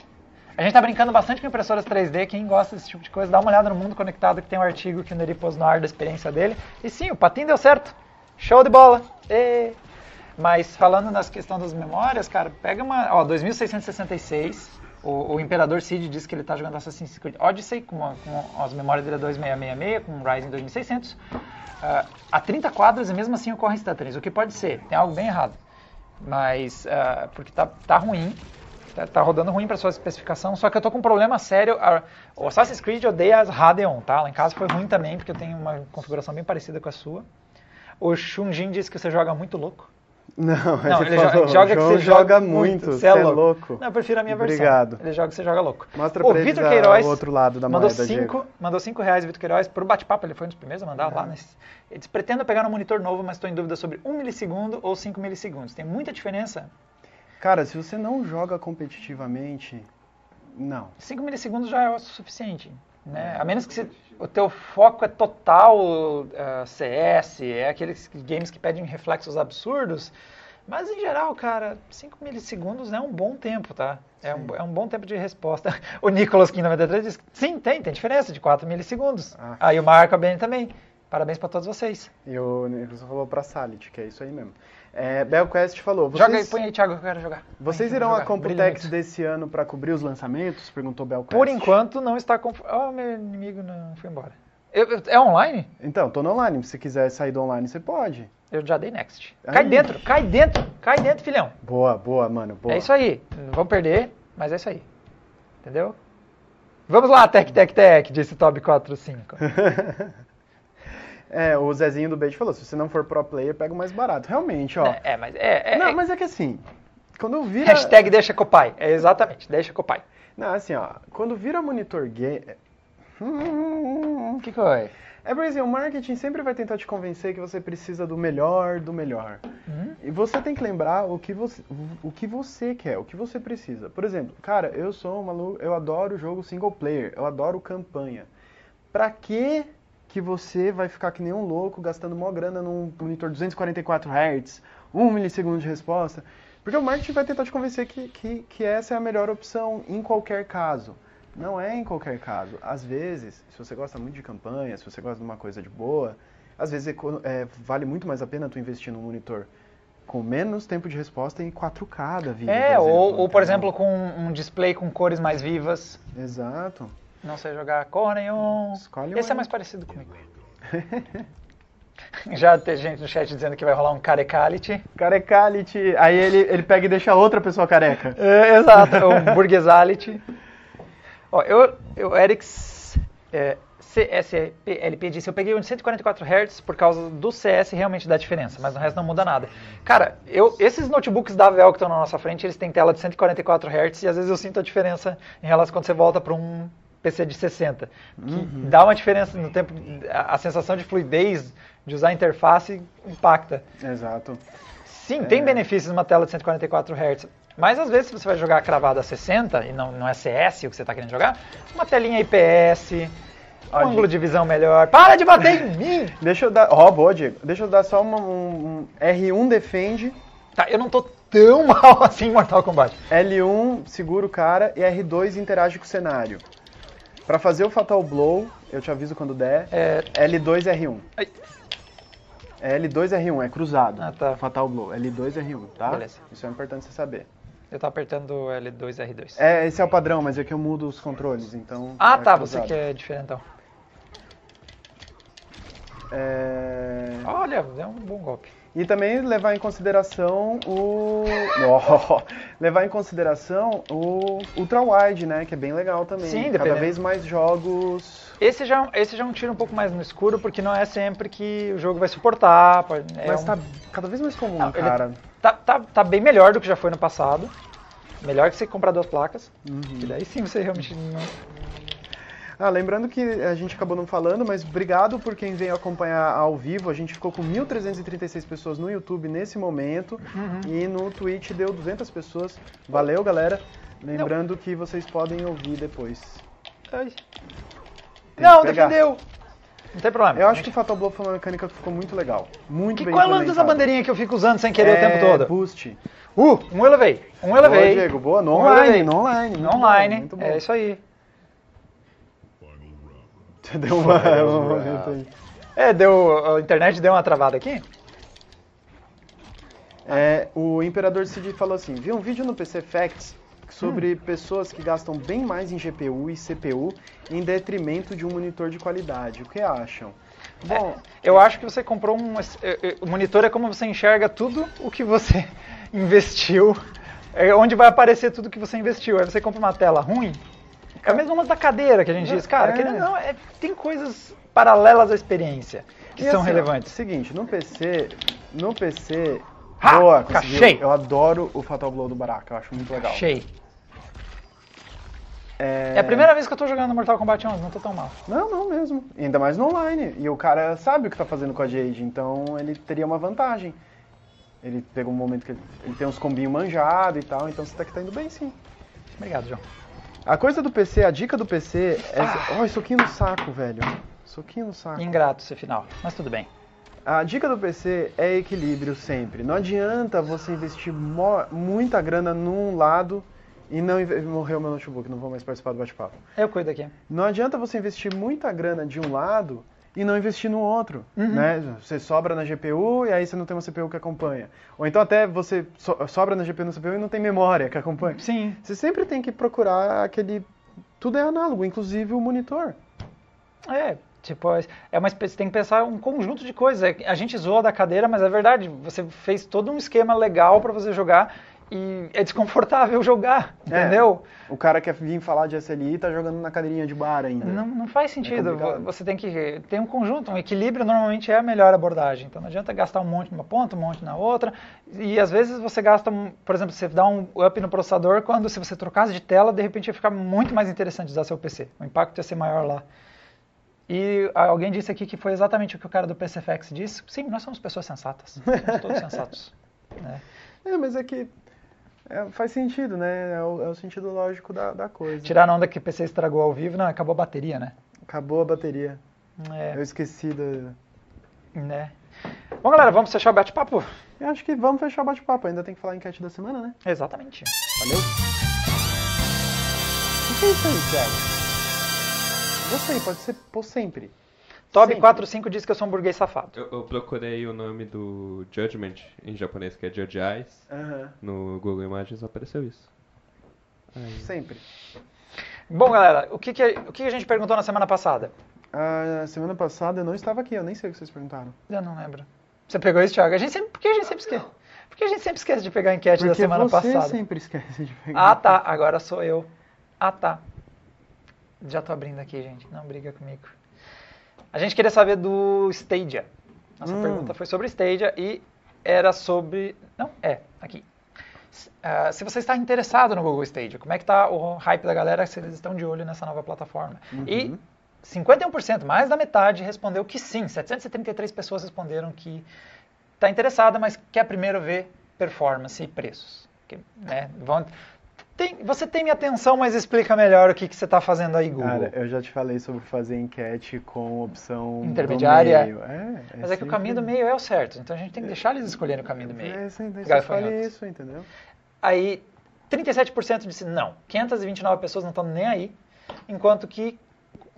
A gente tá brincando bastante com impressoras três D, quem gosta desse tipo de coisa, dá uma olhada no Mundo Conectado, que tem um artigo que o Neri pôs no ar da experiência dele. E sim, o patinho deu certo. Show de bola. E... Mas falando nas questões das memórias, cara, pega uma... Ó, dois mil seiscentos e sessenta e seis, o, o Imperador Cid disse que ele tá jogando Assassin's Creed Odyssey, com, a, com as memórias dele é dois mil seiscentos e sessenta e seis, com o Ryzen dois mil e seiscentos. Uh, a trinta quadros e mesmo assim ocorrem instantaneous, o que pode ser, tem algo bem errado. Mas, uh, porque tá, tá ruim. Tá rodando ruim para sua especificação, só que eu tô com um problema sério. O Assassin's Creed odeia as Radeon, tá? Lá em casa foi ruim também, porque eu tenho uma configuração bem parecida com a sua. O Shunjin disse que você joga muito louco. Não, Não ele, ele falou, joga que você joga, joga muito, muito, você é louco. louco. Não, eu prefiro a minha versão. Obrigado. Ele joga que você joga louco. Mostra o pra Vitor eles Queiroz o outro lado da mandou moeda, cinco, mandou cinco reais, Vitor Queiroz, pro bate-papo, ele foi um dos primeiros a mandar uhum. lá. Nesse, ele disse, pretendo pegar um monitor novo, mas estou em dúvida sobre um milissegundo ou cinco milissegundos. Tem muita diferença? Cara, se você não joga competitivamente... Não. cinco milissegundos já é o suficiente, né? A menos que você, o teu foco é total uh, C S, é aqueles games que pedem reflexos absurdos, mas em geral, cara, cinco milissegundos é um bom tempo, tá? É um, é um bom tempo de resposta. O Nicolas Kim noventa e três diz que sim, tem, tem diferença de quatro milissegundos. Ah. Aí o Marco A B N também. Parabéns pra todos vocês. E o Nicolas falou pra Salit, que é isso aí mesmo. É, Belquest falou... Vocês, Joga aí, põe aí, Thiago, eu quero jogar. Vocês põe, irão jogar. a Computex desse ano para cobrir os lançamentos? Perguntou Belquest. Por enquanto não está... Conf... Oh, meu inimigo não foi embora. Eu, eu, é online? Então, tô no online. Se você quiser sair do online, você pode. Eu já dei next. Cai aí. dentro, cai dentro, cai dentro, filhão. Boa, boa, mano, boa. É isso aí. Vamos perder, mas é isso aí. Entendeu? Vamos lá, Tec, Tec, Tec, disse Toby quatro cinco. É, o Zezinho do Bait falou, se você não for pro player, pega o mais barato. Realmente, ó. É, é mas é... é não, é... mas é que assim, quando vira... Hashtag deixa com o pai. É exatamente, deixa com o pai. Não, assim, ó, quando vira monitor game... O que foi? É porque assim, o marketing sempre vai tentar te convencer que você precisa do melhor do melhor. Uhum. E você tem que lembrar o que você, o que você quer, o que você precisa. Por exemplo, cara, eu sou um maluco, eu adoro jogo single player, eu adoro campanha. Pra que que você vai ficar que nem um louco gastando mó grana num monitor duzentos e quarenta e quatro hertz, um milissegundo de resposta? Porque o marketing vai tentar te convencer que, que, que essa é a melhor opção em qualquer caso. Não é em qualquer caso. Às vezes, se você gosta muito de campanha, se você gosta de uma coisa de boa, às vezes é, vale muito mais a pena tu investir num monitor com menos tempo de resposta em quatro K da vida. É, por exemplo, ou, ou por exemplo com um display com cores mais vivas. Exato. Não sei jogar cor nenhum. Escolhe Esse um é mais parecido comigo. Já tem gente no chat dizendo que vai rolar um carecality. Carecality. Aí ele, ele pega e deixa outra pessoa careca. É, exato, um burguesality. Ó, eu, eu Erix é, C S P L P disse, eu peguei um de cento e quarenta e quatro hertz por causa do C S, realmente dá diferença, mas no resto não muda nada. Cara, eu, esses notebooks da Dell que estão na nossa frente, eles têm tela de cento e quarenta e quatro hertz e às vezes eu sinto a diferença em relação quando você volta para um P C de sessenta. Que uhum. dá uma diferença no tempo, a, a sensação de fluidez de usar a interface impacta. Exato. Sim, é. tem benefícios numa tela de cento e quarenta e quatro hertz. Mas às vezes se você vai jogar cravado a sessenta e não, não é C S o que você está querendo jogar, uma telinha I P S, um Ó, ângulo de visão melhor. Para de bater em mim! Deixa eu dar... Ó, oh, boa, Diego. Deixa eu dar só uma, um, um R um defende. Tá, eu não tô tão mal assim em Mortal Kombat. L um segura o cara e R dois interage com o cenário. Pra fazer o Fatal Blow, eu te aviso quando der, É... L dois R um. Ai. É L dois R um, é cruzado. Ah, tá. Fatal Blow, L dois R um, tá? Beleza. Isso é importante você saber. Eu tô apertando L dois R dois. É, esse é o padrão, mas é que eu mudo os controles, então... Ah, é tá, cruzado. você que é diferentão. É... Olha, é um bom golpe. E também levar em consideração o... Oh, levar em consideração o Ultra Wide, né? Que é bem legal também. Sim, Cada dependendo. vez mais jogos... Esse já, esse já é um tiro um pouco mais no escuro, porque não é sempre que o jogo vai suportar. pode- É Mas um- tá cada vez mais comum, Não, ele cara. Tá, tá, tá bem melhor do que já foi no passado. Melhor que você comprar duas placas. Uhum. Que daí sim você realmente não... Ah, lembrando que a gente acabou não falando, mas obrigado por quem veio acompanhar ao vivo. A gente ficou com mil trezentas e trinta e seis pessoas no YouTube nesse momento. Uhum. E no Twitch deu duzentas pessoas. Valeu, galera. Lembrando que vocês podem ouvir depois. Ai. Tem Não, que pegar. defendeu! Não tem problema. Eu acho que o Fatal Blow foi uma mecânica que ficou muito legal. Muito Que bem qual é o lance dessa implementada. bandeirinha que eu fico usando sem querer o tempo É, todo? Boost. Uh, um elevei. Um Boa, elevei. Diego. Boa. No Um online. elevei. No online. No muito online. bom, muito bom. É isso aí. Você deu uma... um momento aí. É, deu, a internet deu uma travada aqui? É, o Imperador Cid falou assim, vi um vídeo no P C Facts sobre Hum. pessoas que gastam bem mais em G P U e C P U em detrimento de um monitor de qualidade. O que acham? Bom, Eu acho que você comprou um... eh, eh, O monitor é como você enxerga tudo o que você investiu. É onde vai aparecer tudo que você investiu. Aí você compra uma tela ruim. É o mesmo lance da cadeira que a gente diz. Cara, É. querendo ou não, é, tem coisas paralelas à experiência que e são assim, ó, relevantes. seguinte, no P C, no P C, Ha! boa, conseguiu. Cachei! Eu adoro o Fatal Blow do Baraka, eu acho muito legal. Achei. É... É a primeira vez que eu tô jogando Mortal Kombat onze, não tô tão mal. Não, não mesmo. Ainda mais no online. E o cara sabe o que tá fazendo com a Jade, então ele teria uma vantagem. Ele pegou um momento que ele, ele tem uns combinhos manjados e tal, então você tá que tá indo bem sim. Obrigado, João. A coisa do P C, a dica do P C é... Ó, oh, soquinho no saco, velho. Soquinho no saco. Ingrato esse final, mas tudo bem. A dica do P C é equilíbrio sempre. Não adianta você investir mo- muita grana num lado e não... inve- Morreu meu notebook, não vou mais participar do bate-papo. Eu cuido aqui. Não adianta você investir muita grana de um lado e não investir no outro, Uhum. né? Você sobra na G P U e aí você não tem uma C P U que acompanha. Ou então até você so- sobra na G P U e na C P U e não tem memória que acompanha. Sim. Você sempre tem que procurar aquele... Tudo é análogo, inclusive o monitor. É, tipo, é uma espécie, você tem que pensar um conjunto de coisas. É, A gente zoa da cadeira, mas é verdade. Você fez todo um esquema legal pra você jogar e é desconfortável jogar, É. entendeu? O cara quer vir falar de S L I e tá jogando na cadeirinha de bar ainda. Não, não faz sentido. complicado. Você tem que ter um conjunto, um equilíbrio normalmente é a melhor abordagem. Então não adianta gastar um monte numa ponta, um monte na outra. E às vezes você gasta, um- por exemplo, você dá um up no processador quando se você trocasse de tela, de repente ia ficar muito mais interessante usar seu P C. O impacto ia ser maior lá. E alguém disse aqui que foi exatamente o que o cara do P C F X disse. Sim, nós somos pessoas sensatas. Somos todos sensatos. Né? É, mas é que é, faz sentido, né? É o, é o sentido lógico da, da coisa. Tirar a onda que o P C estragou ao vivo, não, acabou a bateria, né? Acabou a bateria. É, Eu esqueci da... né? Bom, galera, vamos fechar o bate-papo? Eu acho que vamos fechar o bate-papo. Ainda tem que falar a enquete da semana, né? Exatamente. Valeu? O que é isso aí, Thiago? Gostei, pode ser por sempre. Toby Sempre. quatro cinco diz que eu sou um burguês safado. Eu, eu procurei o nome do Judgment em japonês, que é Judge Eyes. Aham, No Google Imagens apareceu isso. Aí. sempre. Bom, galera, o que, que, o que que a gente perguntou na semana passada? A semana passada eu não estava aqui, eu nem sei o que vocês perguntaram. Eu não lembro. Você pegou isso, Thiago? A gente sempre, por que a gente sempre esquece? Por que a gente sempre esquece de pegar a enquete da Porque semana você passada? sempre esquece de pegar. Ah, tá. Agora sou eu. Ah, tá. Já tô abrindo aqui, gente. Não briga comigo. A gente queria saber do Stadia. Nossa Hum. pergunta foi sobre Stadia e era sobre... Não, é, aqui. S- ah, se você está interessado no Google Stadia, como é que tá o hype da galera se eles estão de olho nessa nova plataforma? E Uhum. cinquenta e um por cento, mais da metade, respondeu que sim. setecentas e trinta e três pessoas responderam que está interessada, mas quer primeiro ver performance e preços. Que, né, vão... Tem, você tem minha atenção, mas explica melhor o que, que você está fazendo aí, Google. Cara, eu já te falei sobre fazer enquete com opção Intermediária. do meio. É, Mas é que o caminho do meio é o certo, então a gente tem que deixar eles escolherem o caminho do meio. É, sim, Gafanhotos. fale isso, entendeu? Aí, trinta e sete por cento disse não. quinhentas e vinte e nove pessoas não estão nem aí, enquanto que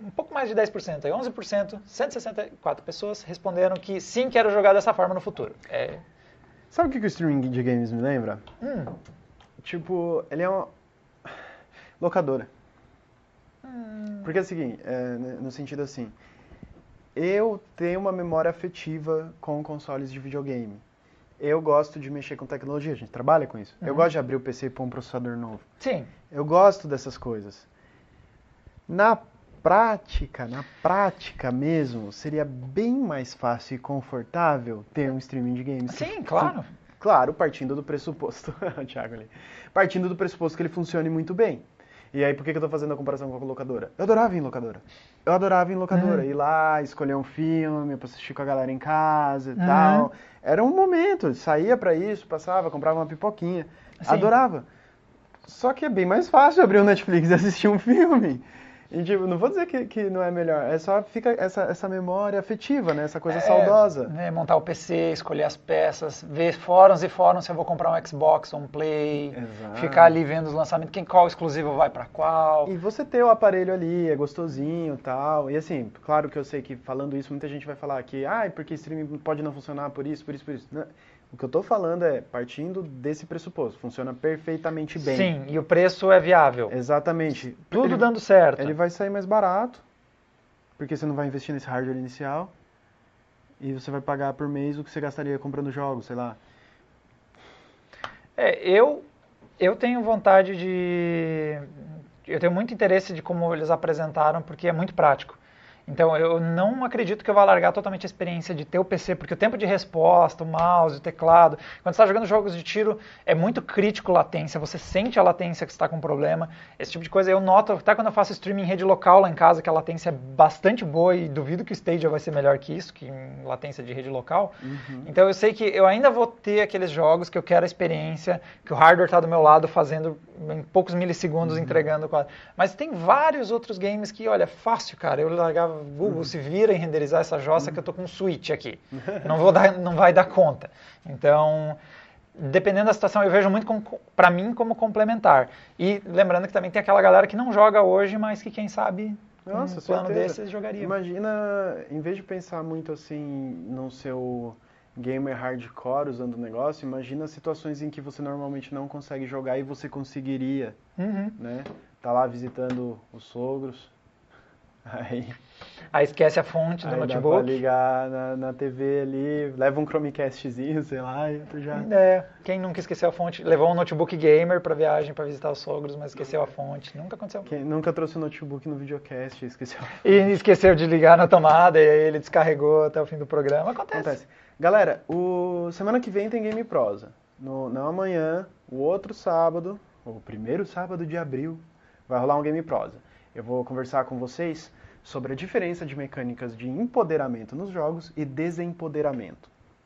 um pouco mais de dez por cento, aí onze por cento, cento e sessenta e quatro pessoas responderam que sim, quero jogar dessa forma no futuro. É... Sabe o que, que o streaming de games me lembra? Hum. Tipo, ele é uma locadora. Hum. Porque é o seguinte, é, no sentido assim, eu tenho uma memória afetiva com consoles de videogame. Eu gosto de mexer com tecnologia, a gente trabalha com isso. Uhum. Eu gosto de abrir o P C e pôr um processador novo. Sim. Eu gosto dessas coisas. Na prática, na prática mesmo, seria bem mais fácil e confortável ter um streaming de games. Sim, que, claro. Claro, partindo do pressuposto, o Thiago ali, partindo do pressuposto que ele funcione muito bem. E aí, por que, que eu tô fazendo a comparação com a locadora? Eu adorava ir em locadora. Eu adorava ir em locadora. Uhum. Ir lá, escolher um filme, pra assistir com a galera em casa e uhum. tal. Era um momento. Saía pra isso, passava, comprava uma pipoquinha. Sim. Adorava. Só que é bem mais fácil abrir o Netflix e assistir um filme. E, tipo, não vou dizer que, que não é melhor, é só fica essa, essa memória afetiva, né? Essa coisa é, saudosa. Né, montar o P C, escolher as peças, ver fóruns e fóruns se eu vou comprar um Xbox ou um Play. Exato. Ficar ali vendo os lançamentos, quem, qual exclusivo vai pra qual. E você ter o aparelho ali, é gostosinho e tal. E assim, claro que eu sei que falando isso, muita gente vai falar que ah, porque streaming pode não funcionar por isso, por isso, por isso. Não. O que eu tô falando é partindo desse pressuposto. Funciona perfeitamente bem. Sim, e o preço é viável. Exatamente. Tudo ele, dando certo. Ele vai sair mais barato, porque você não vai investir nesse hardware inicial. E você vai pagar por mês o que você gastaria comprando jogos, sei lá. É, eu, eu tenho vontade de... Eu tenho muito interesse de como eles apresentaram, porque é muito prático. Então, eu não acredito que eu vá largar totalmente a experiência de ter o P C, porque o tempo de resposta, o mouse, o teclado... Quando você está jogando jogos de tiro, é muito crítico a latência, você sente a latência que você está com problema. Esse tipo de coisa eu noto, até quando eu faço streaming em rede local lá em casa, que a latência é bastante boa e duvido que o Stadia vai ser melhor que isso, que em latência de rede local. Uhum. Então, eu sei que eu ainda vou ter aqueles jogos que eu quero a experiência, que o hardware está do meu lado fazendo em poucos milissegundos, uhum. entregando o quadro. Mas tem vários outros games que, olha, é fácil, cara. Eu largava Google, uhum. se vira em renderizar essa jossa uhum. que eu tô com um Switch aqui. Não, vou dar, não vai dar conta. Então, dependendo da situação, eu vejo muito, para mim, como complementar. E lembrando que também tem aquela galera que não joga hoje, mas que quem sabe Nossa, um plano certeza. desses jogaria. Imagina, em vez de pensar muito assim no seu gamer hardcore usando o negócio, imagina situações em que você normalmente não consegue jogar e você conseguiria, uhum. né? Tá lá visitando os sogros. Aí, aí esquece a fonte do aí notebook. Dá pra ligar na, na T V ali, leva um Chromecastzinho, sei lá, e tu já... É, quem nunca esqueceu a fonte? Levou um notebook gamer pra viagem, pra visitar os sogros, mas esqueceu a fonte. Nunca aconteceu. Quem nunca trouxe o notebook no videocast e esqueceu a fonte. E esqueceu de ligar na tomada e aí ele descarregou até o fim do programa. Acontece. Acontece. Galera, o... semana que vem tem Game Prosa. No, não amanhã, o outro sábado, o primeiro sábado de abril, vai rolar um Game Prosa. Eu vou conversar com vocês sobre a diferença de mecânicas de empoderamento nos jogos e desempoderamento.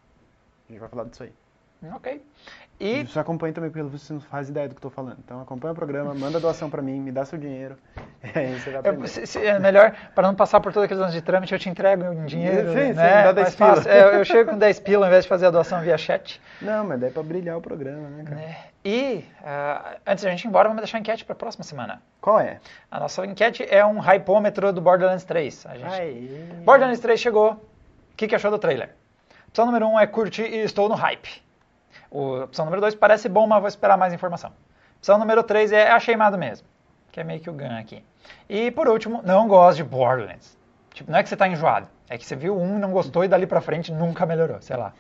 A gente vai falar disso aí. Ok. E você acompanha também, porque você não faz ideia do que eu estou falando. Então acompanha o programa, manda doação para mim, me dá seu dinheiro. E aí você vai aprender. É, se, se, é melhor, para não passar por todos aqueles anos de trâmite, eu te entrego em dinheiro. Sim, né? sim, dá dez pila. É, eu chego com dez pila ao invés de fazer a doação via chat. Não, mas daí é para brilhar o programa, né, cara? É. E, uh, antes de a gente ir embora, vamos deixar a enquete para a próxima semana. Qual é? A nossa enquete é um hypômetro do Borderlands três. A gente... Aê. Borderlands três chegou. O que, que achou do trailer? Opção número um é curti e estou no hype. O, opção número dois parece bom, mas vou esperar mais informação. Opção número três é achei mado mesmo. Que é meio que o Gun aqui. E por último, não gosto de Borderlands. Tipo, não é que você tá enjoado. É que você viu um, não gostou e dali pra frente nunca melhorou. Sei lá.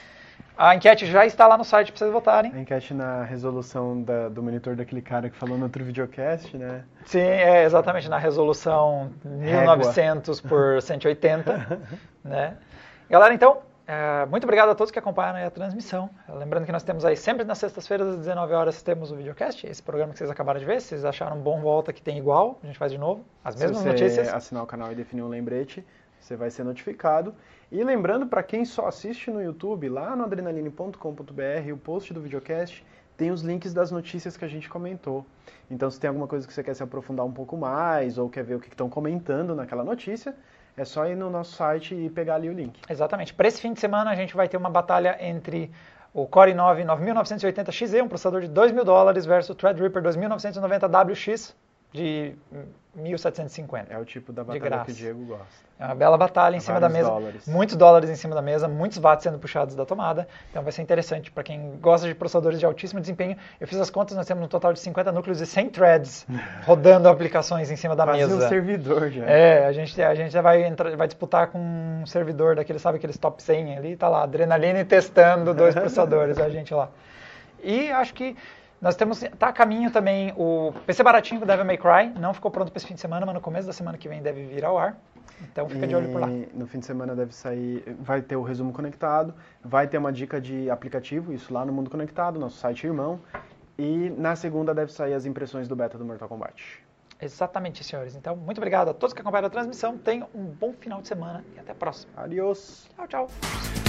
A enquete já está lá no site para vocês votarem. A enquete na resolução da, do monitor daquele cara que falou no outro videocast, né? Sim, é exatamente na resolução mil e novecentos por cento e oitenta. Né? Galera, então, é, muito obrigado a todos que acompanharam a transmissão. Lembrando que nós temos aí sempre nas sextas-feiras às dezenove horas temos o videocast, esse programa que vocês acabaram de ver. Se vocês acharam bom, volta que tem igual, a gente faz de novo, as mesmas notícias. Se você assinar o canal e definir um lembrete, você vai ser notificado. E lembrando, para quem só assiste no YouTube, lá no adrenaline ponto com ponto b r, o post do videocast tem os links das notícias que a gente comentou. Então, se tem alguma coisa que você quer se aprofundar um pouco mais, ou quer ver o que estão comentando naquela notícia, é só ir no nosso site e pegar ali o link. Exatamente. Para esse fim de semana, a gente vai ter uma batalha entre o Core i nove nove mil novecentos e oitenta X E, um processador de dois mil dólares, versus o Threadripper dois mil novecentos e noventa W X, de mil setecentos e cinquenta. É o tipo da De batalha graça. que o Diego gosta. É uma bela batalha em cima da Vários mesa, dólares. muitos dólares em cima da mesa, muitos watts sendo puxados da tomada, então vai ser interessante para quem gosta de processadores de altíssimo desempenho. Eu fiz as contas, nós temos um total de cinquenta núcleos e cem threads rodando aplicações em cima da Quase mesa. um servidor já. É, a gente, a gente já vai, entrar, vai disputar com um servidor daquele, sabe, aqueles top cem ali, tá lá, Adrenaline testando dois processadores, a gente lá. E acho que nós temos, tá a caminho também o P C baratinho do Devil May Cry, não ficou pronto para esse fim de semana, mas no começo da semana que vem deve vir ao ar. Então fica de olho por lá. E no fim de semana deve sair, vai ter o resumo conectado, vai ter uma dica de aplicativo, isso lá no Mundo Conectado, nosso site irmão. E na segunda deve sair as impressões do beta do Mortal Kombat. Exatamente, senhores. Então, muito obrigado a todos que acompanharam a transmissão. Tenham um bom final de semana e até a próxima. Adiós! Tchau, tchau.